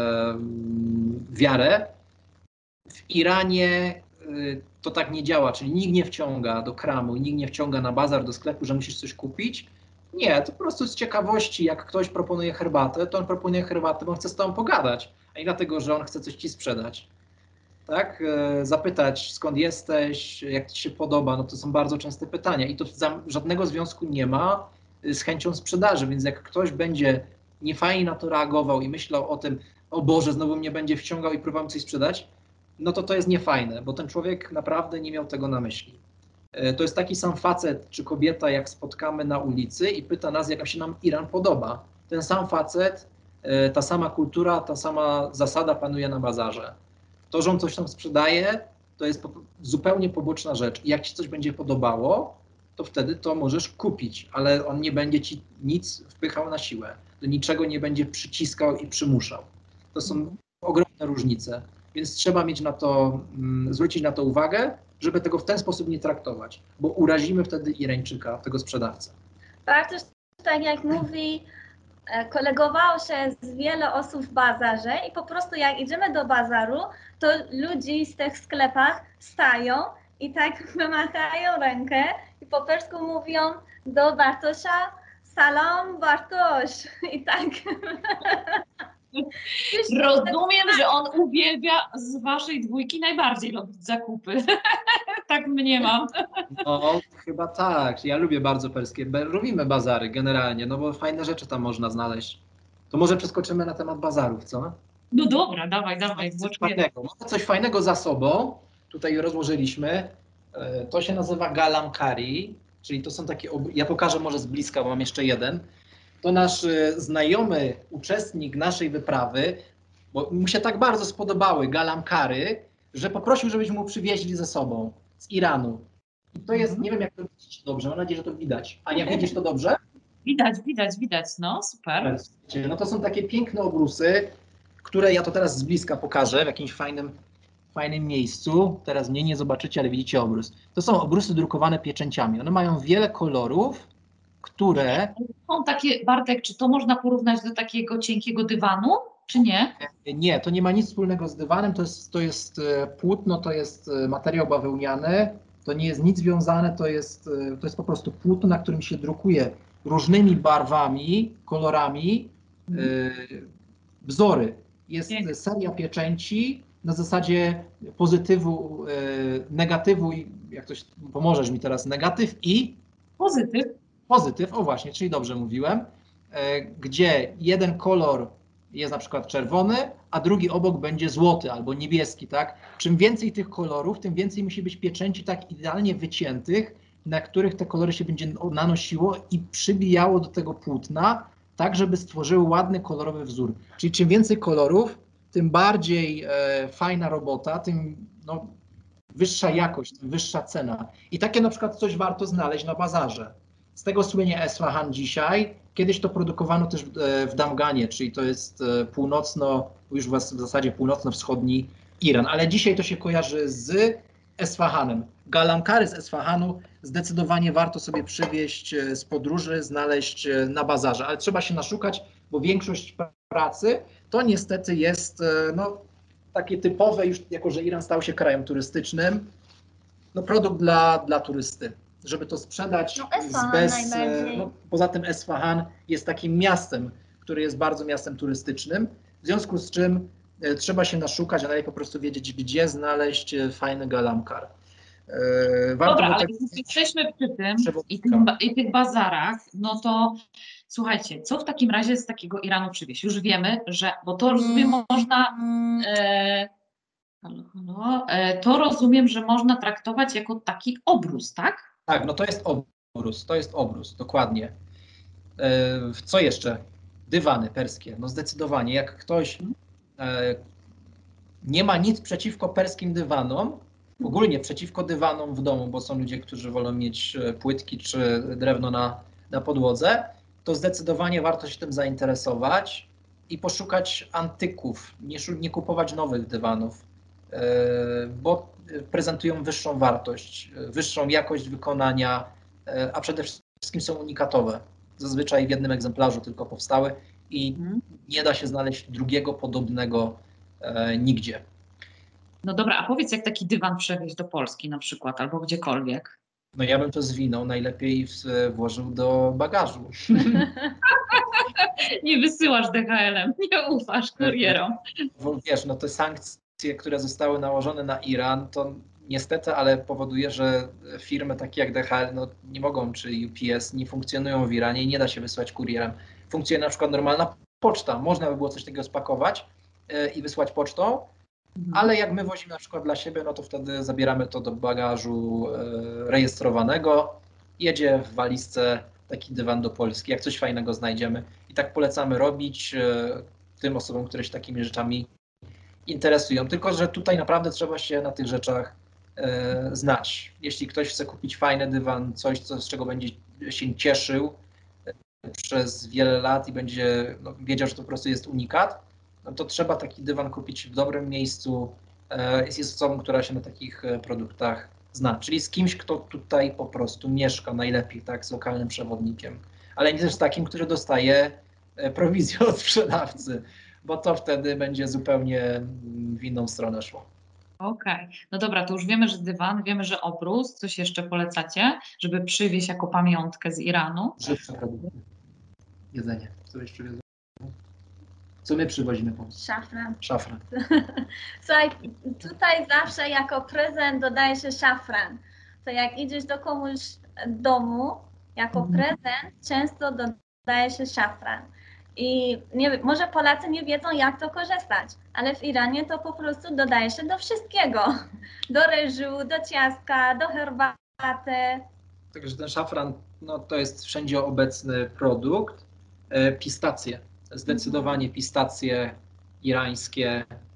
wiarę. W Iranie y, to tak nie działa, czyli nikt nie wciąga do kramu, nikt nie wciąga na bazar, do sklepu, że musisz coś kupić. Nie, to po prostu z ciekawości, jak ktoś proponuje herbatę, to on proponuje herbatę, bo chce z tobą pogadać, a nie dlatego, że on chce coś ci sprzedać. Tak? Y, Zapytać, skąd jesteś, jak ci się podoba, no to są bardzo częste pytania i to za, żadnego związku nie ma y, z chęcią sprzedaży, więc jak ktoś będzie niefajnie na to reagował i myślał o tym, o Boże, znowu mnie będzie wciągał i próbował coś sprzedać, no to to jest niefajne, bo ten człowiek naprawdę nie miał tego na myśli. To jest taki sam facet czy kobieta, jak spotkamy na ulicy i pyta nas, jak się nam Iran podoba. Ten sam facet, ta sama kultura, ta sama zasada panuje na bazarze. To, że on coś tam sprzedaje, to jest zupełnie poboczna rzecz. I jak ci coś będzie podobało, to wtedy to możesz kupić, ale on nie będzie ci nic wpychał na siłę. Do niczego nie będzie przyciskał i przymuszał. To są ogromne różnice. Więc trzeba mieć na to, mm, zwrócić na to uwagę, żeby tego w ten sposób nie traktować, bo urazimy wtedy Irańczyka, tego sprzedawcę. Bartosz, tak jak mówi, kolegowało się z wiele osób w bazarze i po prostu jak idziemy do bazaru, to ludzi z tych sklepach stają i tak wymachają rękę i po persku mówią do Bartosza salam Bartosz i tak. rozumiem, że on uwielbia z waszej dwójki najbardziej robić zakupy. Tak mniemam. No, chyba tak. Ja lubię bardzo perskie. Lubimy bazary generalnie, no bo fajne rzeczy tam można znaleźć. To może przeskoczymy na temat bazarów, co? No dobra, dawaj, dawaj. Coś fajnego. Mamy coś fajnego za sobą. Tutaj rozłożyliśmy. To się nazywa galamkari, czyli to są takie, ja pokażę może z bliska, bo mam jeszcze jeden. To nasz znajomy uczestnik naszej wyprawy, bo mu się tak bardzo spodobały galamkary, że poprosił, żebyśmy mu przywieźli ze sobą z Iranu. I to jest, nie wiem jak to widzicie dobrze, mam nadzieję, że to widać. Ania, widzisz to dobrze? Widać, widać, widać, no super. No to są takie piękne obrusy, które ja to teraz z bliska pokażę w jakimś fajnym, fajnym miejscu. Teraz mnie nie zobaczycie, ale widzicie obrus. To są obrusy drukowane pieczęciami. One mają wiele kolorów, które... Są takie, Bartek, czy to można porównać do takiego cienkiego dywanu, czy nie? Nie, to nie ma nic wspólnego z dywanem, to jest, to jest płótno, to jest materiał bawełniany, to nie jest nic związane, to jest, to jest po prostu płótno, na którym się drukuje różnymi barwami, kolorami, yy, wzory. Jest Pięknie. seria pieczęci na zasadzie pozytywu, yy, negatywu i jak ktoś pomożesz mi teraz, negatyw i Pozytyw. pozytyw, o właśnie, czyli dobrze mówiłem, yy, gdzie jeden kolor jest na przykład czerwony, a drugi obok będzie złoty albo niebieski, tak? Czym więcej tych kolorów, tym więcej musi być pieczęci tak idealnie wyciętych, na których te kolory się będzie nanosiło i przybijało do tego płótna, tak żeby stworzyły ładny, kolorowy wzór. Czyli czym więcej kolorów, tym bardziej e, fajna robota, tym no, wyższa jakość, tym wyższa cena. I takie na przykład coś warto znaleźć na bazarze. Z tego słynie Esfahan dzisiaj. Kiedyś to produkowano też w Damganie, czyli to jest północno, już w zasadzie północno-wschodni Iran, ale dzisiaj to się kojarzy z Esfahanem. Galamkary z Esfahanu zdecydowanie warto sobie przywieźć z podróży, znaleźć na bazarze, ale trzeba się naszukać, bo większość pracy to niestety jest no, takie typowe, już jako że Iran stał się krajem turystycznym, no, produkt dla, dla turysty. Żeby to sprzedać no, z bez... No, poza tym Esfahan jest takim miastem, który jest bardzo miastem turystycznym, w związku z czym e, trzeba się naszukać, a dalej po prostu wiedzieć, gdzie znaleźć fajny galamkar. E, Dobra, ale tak... jeśli jesteśmy przy tym i tych, i tych bazarach, no to słuchajcie, co w takim razie z takiego Iranu przywieźć? Już wiemy, że, bo to rozumiem, można... E, halo, halo, e, to rozumiem, że można traktować jako taki obrus, tak? Tak, no to jest obrus, to jest obrus, dokładnie. E, co jeszcze? Dywany perskie, no zdecydowanie. Jak ktoś e, nie ma nic przeciwko perskim dywanom, ogólnie przeciwko dywanom w domu, bo są ludzie, którzy wolą mieć płytki czy drewno na, na podłodze, to zdecydowanie warto się tym zainteresować i poszukać antyków, nie, nie kupować nowych dywanów, e, bo prezentują wyższą wartość, wyższą jakość wykonania, e, a przede wszystkim są unikatowe. Zazwyczaj w jednym egzemplarzu tylko powstały i nie da się znaleźć drugiego podobnego e, nigdzie. No dobra, a powiedz, jak taki dywan przewieźć do Polski na przykład, albo gdziekolwiek? No ja bym to zwinął, najlepiej w, włożył do bagażu. Nie wysyłasz D H L-em, nie ufasz kurierom. Bo wiesz, no te sankcje, które zostały nałożone na Iran, to niestety, ale powoduje, że firmy takie jak D H L no, nie mogą, czy U P S nie funkcjonują w Iranie i nie da się wysłać kurierem. Funkcjonuje na przykład normalna poczta. Można by było coś takiego spakować yy, i wysłać pocztą, mhm. ale jak my wozimy na przykład dla siebie, no to wtedy zabieramy to do bagażu yy, rejestrowanego, jedzie w walizce taki dywan do Polski, jak coś fajnego znajdziemy. I tak polecamy robić yy, tym osobom, które się takimi rzeczami interesują. Tylko że tutaj naprawdę trzeba się na tych rzeczach e, znać. Jeśli ktoś chce kupić fajny dywan, coś, co, z czego będzie się cieszył e, przez wiele lat i będzie no, wiedział, że to po prostu jest unikat, no to trzeba taki dywan kupić w dobrym miejscu e, jest osobą, która się na takich e, produktach zna. Czyli z kimś, kto tutaj po prostu mieszka najlepiej, tak, z lokalnym przewodnikiem. Ale nie też z takim, który dostaje e, prowizję od sprzedawcy, bo to wtedy będzie zupełnie w inną stronę szło. Okej, okay. No dobra, to już wiemy, że dywan, wiemy, że obrus. Coś jeszcze polecacie, żeby przywieźć jako pamiątkę z Iranu? Żywsze produkty. Jedzenie. Co jeszcze przywiozą? Co my przywozimy? Szafran. Szafran. Słuchaj, tutaj zawsze jako prezent dodaje się szafran. To jak idziesz do komuś domu, jako prezent często dodaje się szafran. I nie, może Polacy nie wiedzą, jak to korzystać, ale w Iranie to po prostu dodaje się do wszystkiego. Do ryżu, do ciastka, do herbaty. Także ten szafran no, to jest wszędzie obecny produkt. E, pistacje, zdecydowanie pistacje irańskie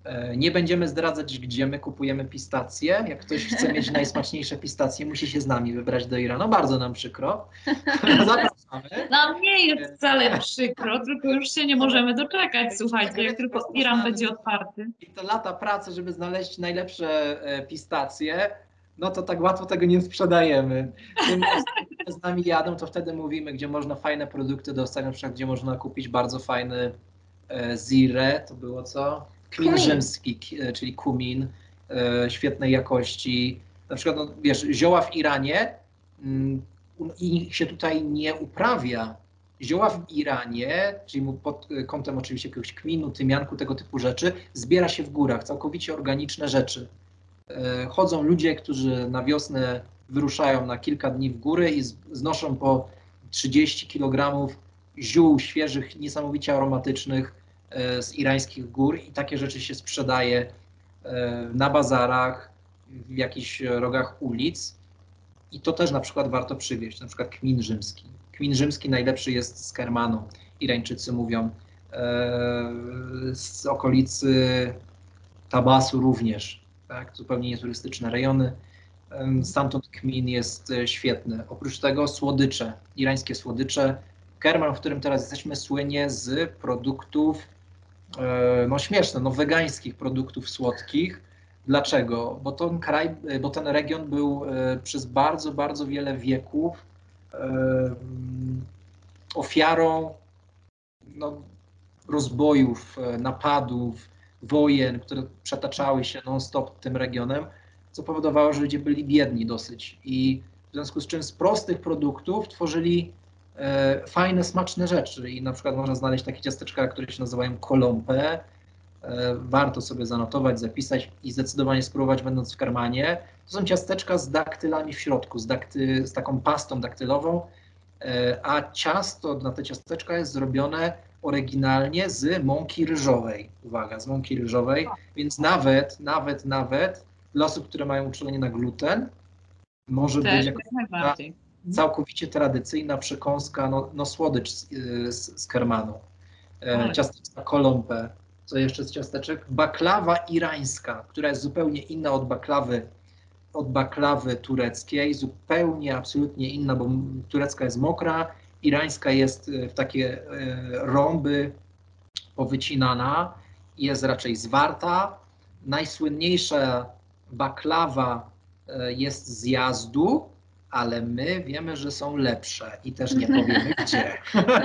Nie będziemy zdradzać, gdzie my kupujemy pistacje. Jak ktoś chce mieć najsmaczniejsze pistacje, musi się z nami wybrać do Iranu. Bardzo nam przykro. Zapraszamy. Nam nie jest wcale przykro, tylko już się nie możemy doczekać, słuchajcie, jak tylko Iran będzie otwarty. I te lata pracy, żeby znaleźć najlepsze pistacje, no to tak łatwo tego nie sprzedajemy. Tym z nami jadą, to wtedy mówimy, gdzie można fajne produkty dostać, na przykład gdzie można kupić bardzo fajny zire, to było co? Kmin rzymski, czyli kumin, świetnej jakości. Na przykład, no, wiesz, zioła w Iranie i się tutaj nie uprawia. Zioła w Iranie, czyli pod kątem oczywiście jakiegoś kminu, tymianku, tego typu rzeczy, zbiera się w górach, całkowicie organiczne rzeczy. Chodzą ludzie, którzy na wiosnę wyruszają na kilka dni w góry i znoszą po trzydzieści kilogramów ziół świeżych, niesamowicie aromatycznych z irańskich gór i takie rzeczy się sprzedaje na bazarach, w jakichś rogach ulic i to też na przykład warto przywieźć, na przykład kmin rzymski. Kmin rzymski najlepszy jest z Kermanu, Irańczycy mówią, z okolicy Tabasu również, tak? Zupełnie nieturystyczne rejony. Stamtąd kmin jest świetny. Oprócz tego słodycze, irańskie słodycze. Kerman, w którym teraz jesteśmy, słynie z produktów, no śmieszne, no wegańskich produktów słodkich. Dlaczego? Bo ten kraj, bo ten region był przez bardzo, bardzo wiele wieków ofiarą no, rozbojów, napadów, wojen, które przetaczały się non-stop tym regionem, co powodowało, że ludzie byli biedni dosyć i w związku z czym z prostych produktów tworzyli e, fajne, smaczne rzeczy i na przykład można znaleźć takie ciasteczka, które się nazywają kolompe. E, warto sobie zanotować, zapisać i zdecydowanie spróbować, będąc w Kermanie. To są ciasteczka z daktylami w środku, z, dakty, z taką pastą daktylową, e, a ciasto na te ciasteczka jest zrobione oryginalnie z mąki ryżowej. Uwaga, z mąki ryżowej, więc nawet, nawet, nawet dla osób, które mają uczulenie na gluten, może Też być jako najbardziej. całkowicie tradycyjna przekąska, no, no słodycz z, z, z Kermanu. E, ciasteczka kolompe, co jeszcze z ciasteczek? Baklawa irańska, która jest zupełnie inna od baklawy, od baklawy tureckiej, zupełnie, absolutnie inna, bo turecka jest mokra, irańska jest w takie e, rąby powycinana, jest raczej zwarta. Najsłynniejsza baklawa e, jest z Jazdu, ale my wiemy, że są lepsze i też nie powiemy gdzie.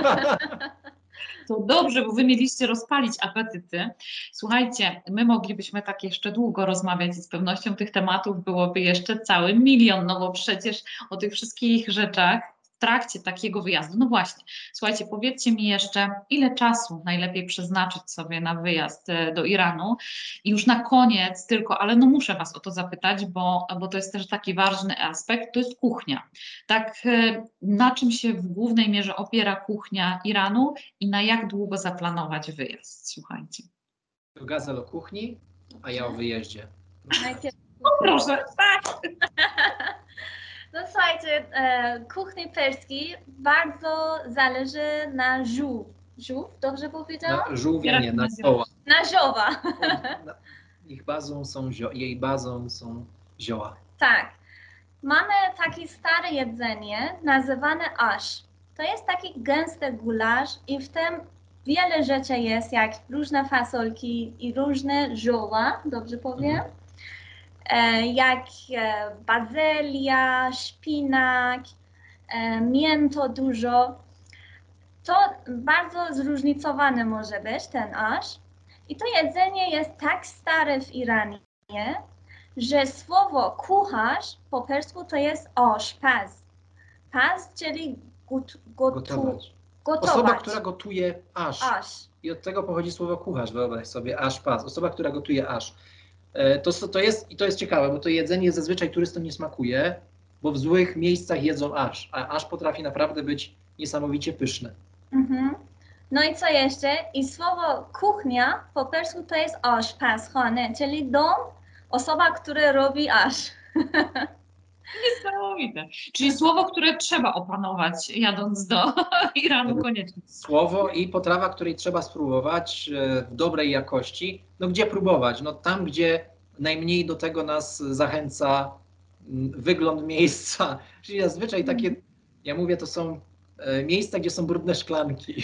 To dobrze, bo wy mieliście rozpalić apetyty. Słuchajcie, my moglibyśmy tak jeszcze długo rozmawiać i z pewnością tych tematów byłoby jeszcze cały milion, no bo przecież o tych wszystkich rzeczach w trakcie takiego wyjazdu. No właśnie, słuchajcie, powiedzcie mi jeszcze, ile czasu najlepiej przeznaczyć sobie na wyjazd do Iranu i już na koniec tylko, ale no muszę was o to zapytać, bo, bo to jest też taki ważny aspekt, to jest kuchnia. Tak, na czym się w głównej mierze opiera kuchnia Iranu i na jak długo zaplanować wyjazd? Słuchajcie. To Gazel o kuchni, a ja o wyjeździe. Najpierw O proszę, tak. No słuchajcie, e, kuchni perskiej bardzo zależy na żółw. Żółw, dobrze powiedziałam? Na żółwie nie, na zioła. Na zioła. Ich bazą są zio- jej bazą są zioła. Tak. Mamy takie stare jedzenie nazywane ash. To jest taki gęsty gulasz i w tym wiele rzeczy jest, jak różne fasolki i różne zioła, dobrze powiem? Mhm. E, jak e, bazylia, szpinak, e, mięto dużo. To bardzo zróżnicowane może być ten ash. I to jedzenie jest tak stare w Iranie, że słowo kucharz po persku to jest osh, paz. Paz, czyli got, got, gotować. gotować. Osoba, która gotuje ash. ash. I od tego pochodzi słowo kucharz, wyobraź sobie, ash, paz. Osoba, która gotuje ash. To, to jest, i to jest ciekawe, bo to jedzenie zazwyczaj turystom nie smakuje, bo w złych miejscach jedzą ash, a ash potrafi naprawdę być niesamowicie pyszny. Mhm. No i co jeszcze? I słowo kuchnia po persku to jest ash, paz, chane, czyli dom, osoba, która robi ash. Niesamowite. Czyli słowo, które trzeba opanować jadąc do Iranu koniecznie. Słowo i potrawa, której trzeba spróbować e, w dobrej jakości. No gdzie próbować? No tam, gdzie najmniej do tego nas zachęca mm, wygląd miejsca. Czyli zazwyczaj takie, ja mówię, to są e, miejsca, gdzie są brudne szklanki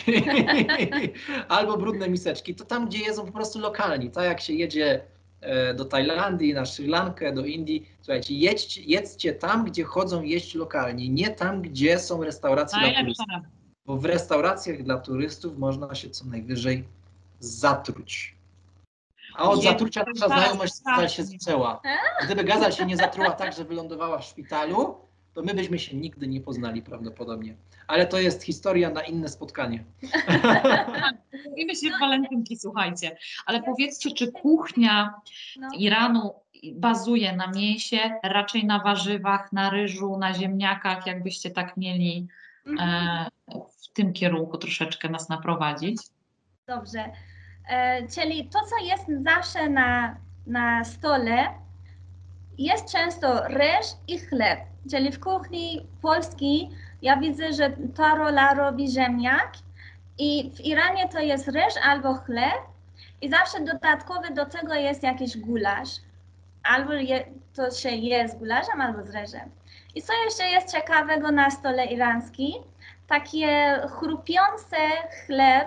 albo brudne miseczki. To tam, gdzie jedzą po prostu lokalni. Tak jak się jedzie e, do Tajlandii, na Sri Lankę, do Indii. Słuchajcie, jedźcie, jedzcie tam, gdzie chodzą jeść lokalni, nie tam, gdzie są restauracje dla turystów. Bo w restauracjach dla turystów można się co najwyżej zatruć. A od Nie, zatrucia nasza tak, znajomość tak. się zaczęła. Gdyby Gazal się nie zatruła tak, że wylądowała w szpitalu, to my byśmy się nigdy nie poznali prawdopodobnie. Ale to jest historia na inne spotkanie. Mówimy się w walentynki, słuchajcie. Ale powiedzcie, czy kuchnia No. Iranu bazuje na mięsie, raczej na warzywach, na ryżu, na ziemniakach, jakbyście tak mieli e, w tym kierunku troszeczkę nas naprowadzić? Dobrze. E, czyli to, co jest zawsze na, na stole, jest często ryż i chleb. Czyli w kuchni polskiej ja widzę, że ta rola robi ziemniak i w Iranie to jest ryż albo chleb i zawsze dodatkowy do tego jest jakiś gulasz. Albo je, to się je z gulaszem, albo z ryżem. I co jeszcze jest ciekawego na stole irańskim? Takie chrupiące chleb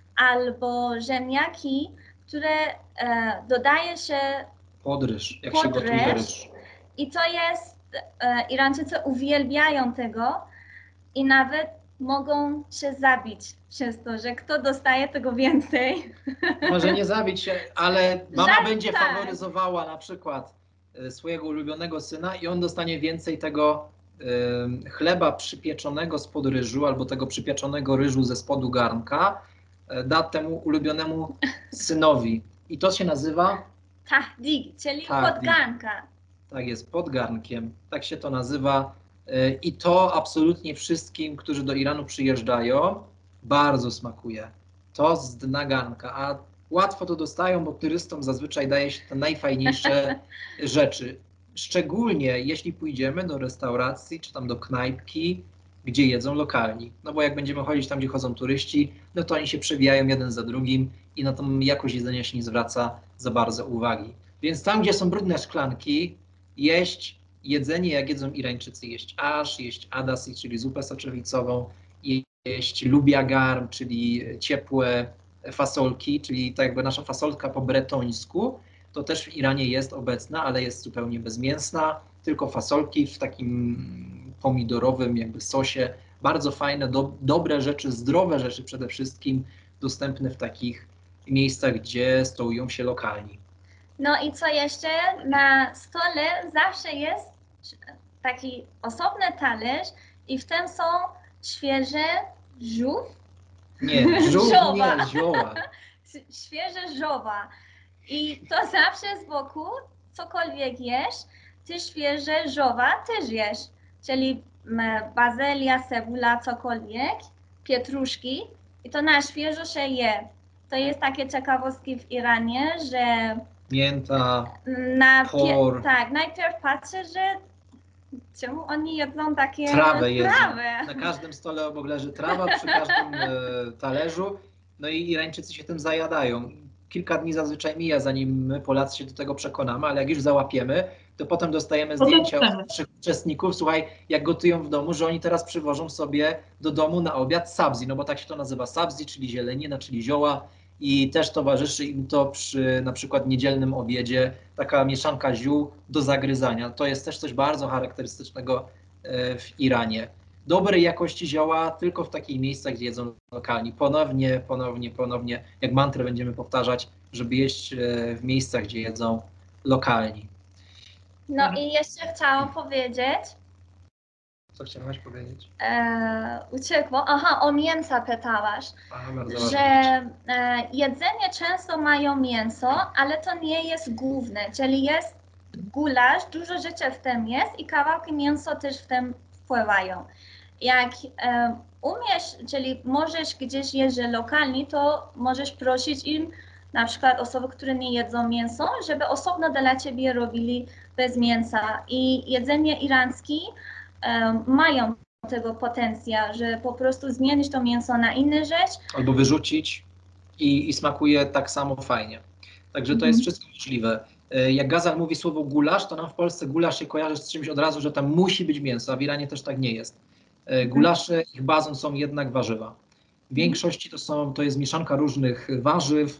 albo ziemniaki, które e, dodaje się Pod ryż, jak pod się gotuje ryż. ryż. I to jest, e, Irańczycy uwielbiają tego i nawet mogą się zabić przez to, że kto dostaje tego więcej. Może nie zabić się, ale mama Żart, będzie tak. faworyzowała na przykład e, swojego ulubionego syna i on dostanie więcej tego e, chleba przypieczonego spod ryżu albo tego przypieczonego ryżu ze spodu garnka, e, da temu ulubionemu synowi. I to się nazywa, Tahdig, czyli Tahdig. podganka. tak jest, pod garnkiem, tak się to nazywa. E, I to absolutnie wszystkim, którzy do Iranu przyjeżdżają, bardzo smakuje. To z dna garnka, a łatwo to dostają, bo turystom zazwyczaj daje się te najfajniejsze rzeczy. Szczególnie jeśli pójdziemy do restauracji czy tam do knajpki, gdzie jedzą lokalni. No bo jak będziemy chodzić tam, gdzie chodzą turyści, no to oni się przewijają jeden za drugim i na tą jakość jedzenia się nie zwraca za bardzo uwagi. Więc tam, gdzie są brudne szklanki, jeść jedzenie, jak jedzą Irańczycy, jeść ash, jeść adasi, czyli zupę soczewicową, jeść lubiagar, czyli ciepłe fasolki, czyli tak jakby nasza fasolka po bretońsku, to też w Iranie jest obecna, ale jest zupełnie bezmięsna, tylko fasolki w takim pomidorowym jakby sosie. Bardzo fajne, do, dobre rzeczy, zdrowe rzeczy przede wszystkim, dostępne w takich miejscach, gdzie stołują się lokalni. No i co jeszcze? Na stole zawsze jest taki osobny talerz i w tym są świeże żółw, Nie, żółw Żoła. nie, zioła. świeże żoła. I to zawsze z boku, cokolwiek jesz, ty świeże żoła też jesz. Czyli m, bazylia, cebula, cokolwiek, pietruszki i to na świeżo się je. To jest takie ciekawostki w Iranie, że Mięta, na por. pie- tak, najpierw patrzę, że czemu oni jedzą takie Trawę jedzą. trawę? Na każdym stole obok leży trawa, przy każdym e, talerzu. No i Irańczycy się tym zajadają. Kilka dni zazwyczaj mija, zanim my Polacy się do tego przekonamy, ale jak już załapiemy, to potem dostajemy zdjęcia od naszych uczestników, słuchaj, jak gotują w domu, że oni teraz przywożą sobie do domu na obiad sabzi, no bo tak się to nazywa sabzi, czyli zielenina, czyli zioła i też towarzyszy im to przy na przykład niedzielnym obiedzie, taka mieszanka ziół do zagryzania. To jest też coś bardzo charakterystycznego w Iranie. Dobrej jakości zioła tylko w takich miejscach, gdzie jedzą lokalni. Ponownie, ponownie, ponownie, jak mantrę będziemy powtarzać, żeby jeść w miejscach, gdzie jedzą lokalni. No i jeszcze chciałam powiedzieć, Co chciałaś powiedzieć? e, uciekło, aha, o mięsa pytałaś, A, bardzo że ważne. e, jedzenie często mają mięso, ale to nie jest główne, czyli jest gulasz, dużo rzeczy w tym jest i kawałki mięsa też w tym wpływają. Jak e, umiesz, czyli możesz gdzieś jeść lokalnie, to możesz prosić im na przykład osoby, które nie jedzą mięso, żeby osobno dla ciebie robili bez mięsa. I jedzenie irańskie um, mają tego potencjał, że po prostu zmienisz to mięso na inną rzecz. Albo wyrzucić i, i smakuje tak samo fajnie. Także to jest wszystko możliwe. Jak Gazal mówi słowo gulasz, to nam w Polsce gulasz się kojarzy z czymś od razu, że tam musi być mięso, a w Iranie też tak nie jest. Gulasze, ich bazą są jednak warzywa. W większości to, są, to jest mieszanka różnych warzyw,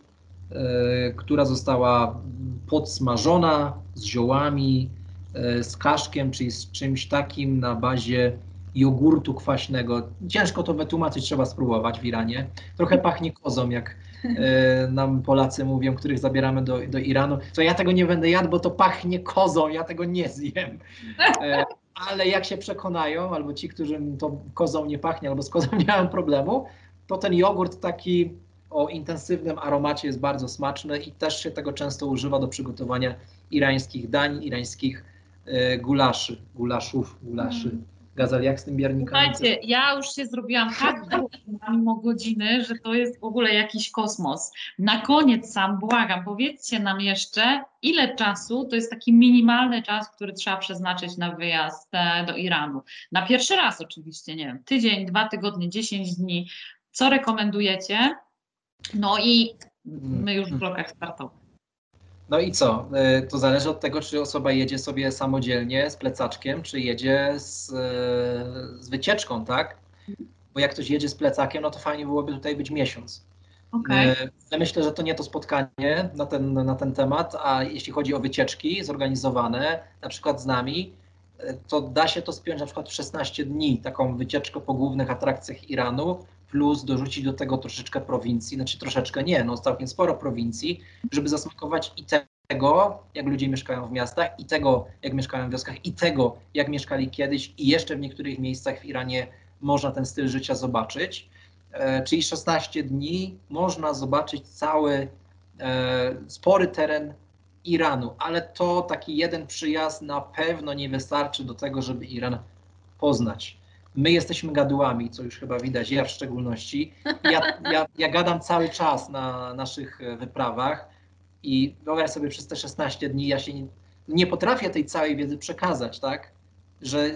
e, która została podsmażona z ziołami, e, z kaszkiem, czyli z czymś takim na bazie jogurtu kwaśnego. Ciężko to wytłumaczyć, trzeba spróbować w Iranie. Trochę pachnie kozą, jak e, nam Polacy mówią, których zabieramy do, do Iranu. To ja tego nie będę jadł, bo to pachnie kozą, ja tego nie zjem. E, ale jak się przekonają, albo ci, którym to kozą nie pachnie, albo z kozą nie mają problemu, to ten jogurt taki o intensywnym aromacie jest bardzo smaczny i też się tego często używa do przygotowania irańskich dań, irańskich e, gulaszy, gulaszów, gulaszy. Gazal, jak z tym biernikami? Słuchajcie, ja już się zrobiłam tak głodna mimo godziny, że to jest w ogóle jakiś kosmos. Na koniec sam błagam, powiedzcie nam jeszcze, ile czasu to jest taki minimalny czas, który trzeba przeznaczyć na wyjazd e, do Iranu. Na pierwszy raz oczywiście, nie wiem, tydzień, dwa tygodnie, dziesięć dni. Co rekomendujecie? No i my już w blokach startowych. No i co? To zależy od tego, czy osoba jedzie sobie samodzielnie z plecaczkiem, czy jedzie z, z wycieczką, tak? Bo jak ktoś jedzie z plecakiem, no to fajnie byłoby tutaj być miesiąc. Okay. Ja myślę, że to nie to spotkanie na ten, na ten temat, a jeśli chodzi o wycieczki zorganizowane, na przykład z nami, to da się to spiąć na przykład w szesnaście dni, taką wycieczkę po głównych atrakcjach Iranu, plus dorzucić do tego troszeczkę prowincji, znaczy troszeczkę nie, no całkiem sporo prowincji, żeby zasmakować i tego, jak ludzie mieszkają w miastach, i tego, jak mieszkają w wioskach, i tego, jak mieszkali kiedyś, i jeszcze w niektórych miejscach w Iranie można ten styl życia zobaczyć. E, czyli szesnaście dni można zobaczyć cały e, spory teren Iranu, ale to taki jeden przyjazd na pewno nie wystarczy do tego, żeby Iran poznać. My jesteśmy gadułami, co już chyba widać, ja w szczególności. Ja, ja, ja gadam cały czas na naszych wyprawach i wyobraź sobie, przez te szesnaście dni ja się nie, nie potrafię tej całej wiedzy przekazać, tak? Że y,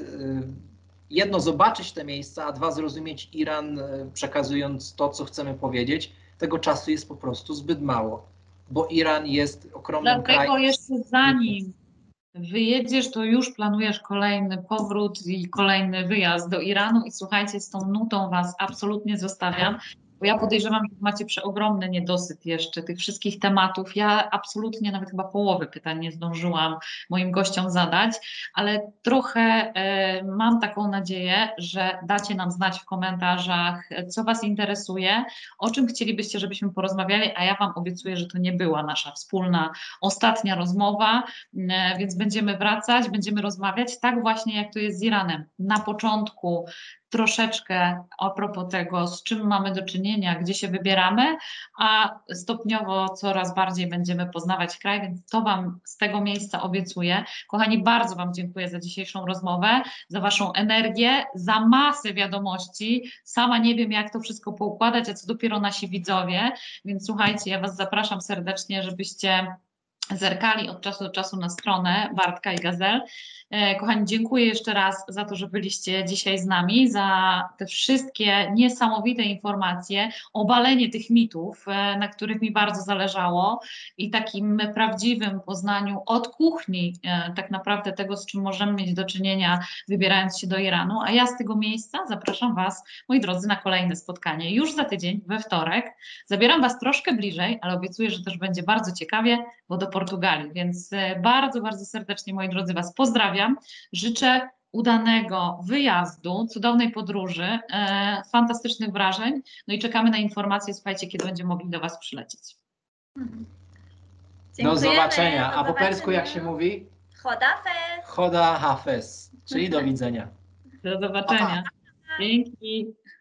jedno zobaczyć te miejsca, a dwa zrozumieć Iran, y, przekazując to, co chcemy powiedzieć, tego czasu jest po prostu zbyt mało, bo Iran jest ogromnym krajem. Dlatego jeszcze zanim wyjedziesz, to już planujesz kolejny powrót i kolejny wyjazd do Iranu i słuchajcie, z tą nutą was absolutnie zostawiam, bo ja podejrzewam, że macie przeogromny niedosyt jeszcze tych wszystkich tematów. Ja absolutnie nawet chyba połowy pytań nie zdążyłam moim gościom zadać, ale trochę e, mam taką nadzieję, że dacie nam znać w komentarzach, co was interesuje, o czym chcielibyście, żebyśmy porozmawiali, a ja wam obiecuję, że to nie była nasza wspólna ostatnia rozmowa, e, więc będziemy wracać, będziemy rozmawiać, tak właśnie jak to jest z Iranem. Na początku troszeczkę a propos tego, z czym mamy do czynienia, gdzie się wybieramy, a stopniowo coraz bardziej będziemy poznawać kraj, więc to wam z tego miejsca obiecuję. Kochani, bardzo wam dziękuję za dzisiejszą rozmowę, za waszą energię, za masę wiadomości. Sama nie wiem, jak to wszystko poukładać, a co dopiero nasi widzowie, więc słuchajcie, ja was zapraszam serdecznie, żebyście zerkali od czasu do czasu na stronę Bartka i Gazel. Kochani, dziękuję jeszcze raz za to, że byliście dzisiaj z nami, za te wszystkie niesamowite informacje, obalenie tych mitów, na których mi bardzo zależało i takim prawdziwym poznaniu od kuchni tak naprawdę tego, z czym możemy mieć do czynienia, wybierając się do Iranu. A ja z tego miejsca zapraszam was, moi drodzy, na kolejne spotkanie już za tydzień, we wtorek. Zabieram was troszkę bliżej, ale obiecuję, że też będzie bardzo ciekawie, bo do Portugalii, więc bardzo, bardzo serdecznie, moi drodzy, was pozdrawiam. Życzę udanego wyjazdu, cudownej podróży, e, fantastycznych wrażeń, no i czekamy na informacje, słuchajcie, kiedy będziemy mogli do was przylecieć. Do zobaczenia, a po persku jak się mówi? Choda Hafez. Choda Hafez, czyli do widzenia. Do zobaczenia. Dzięki.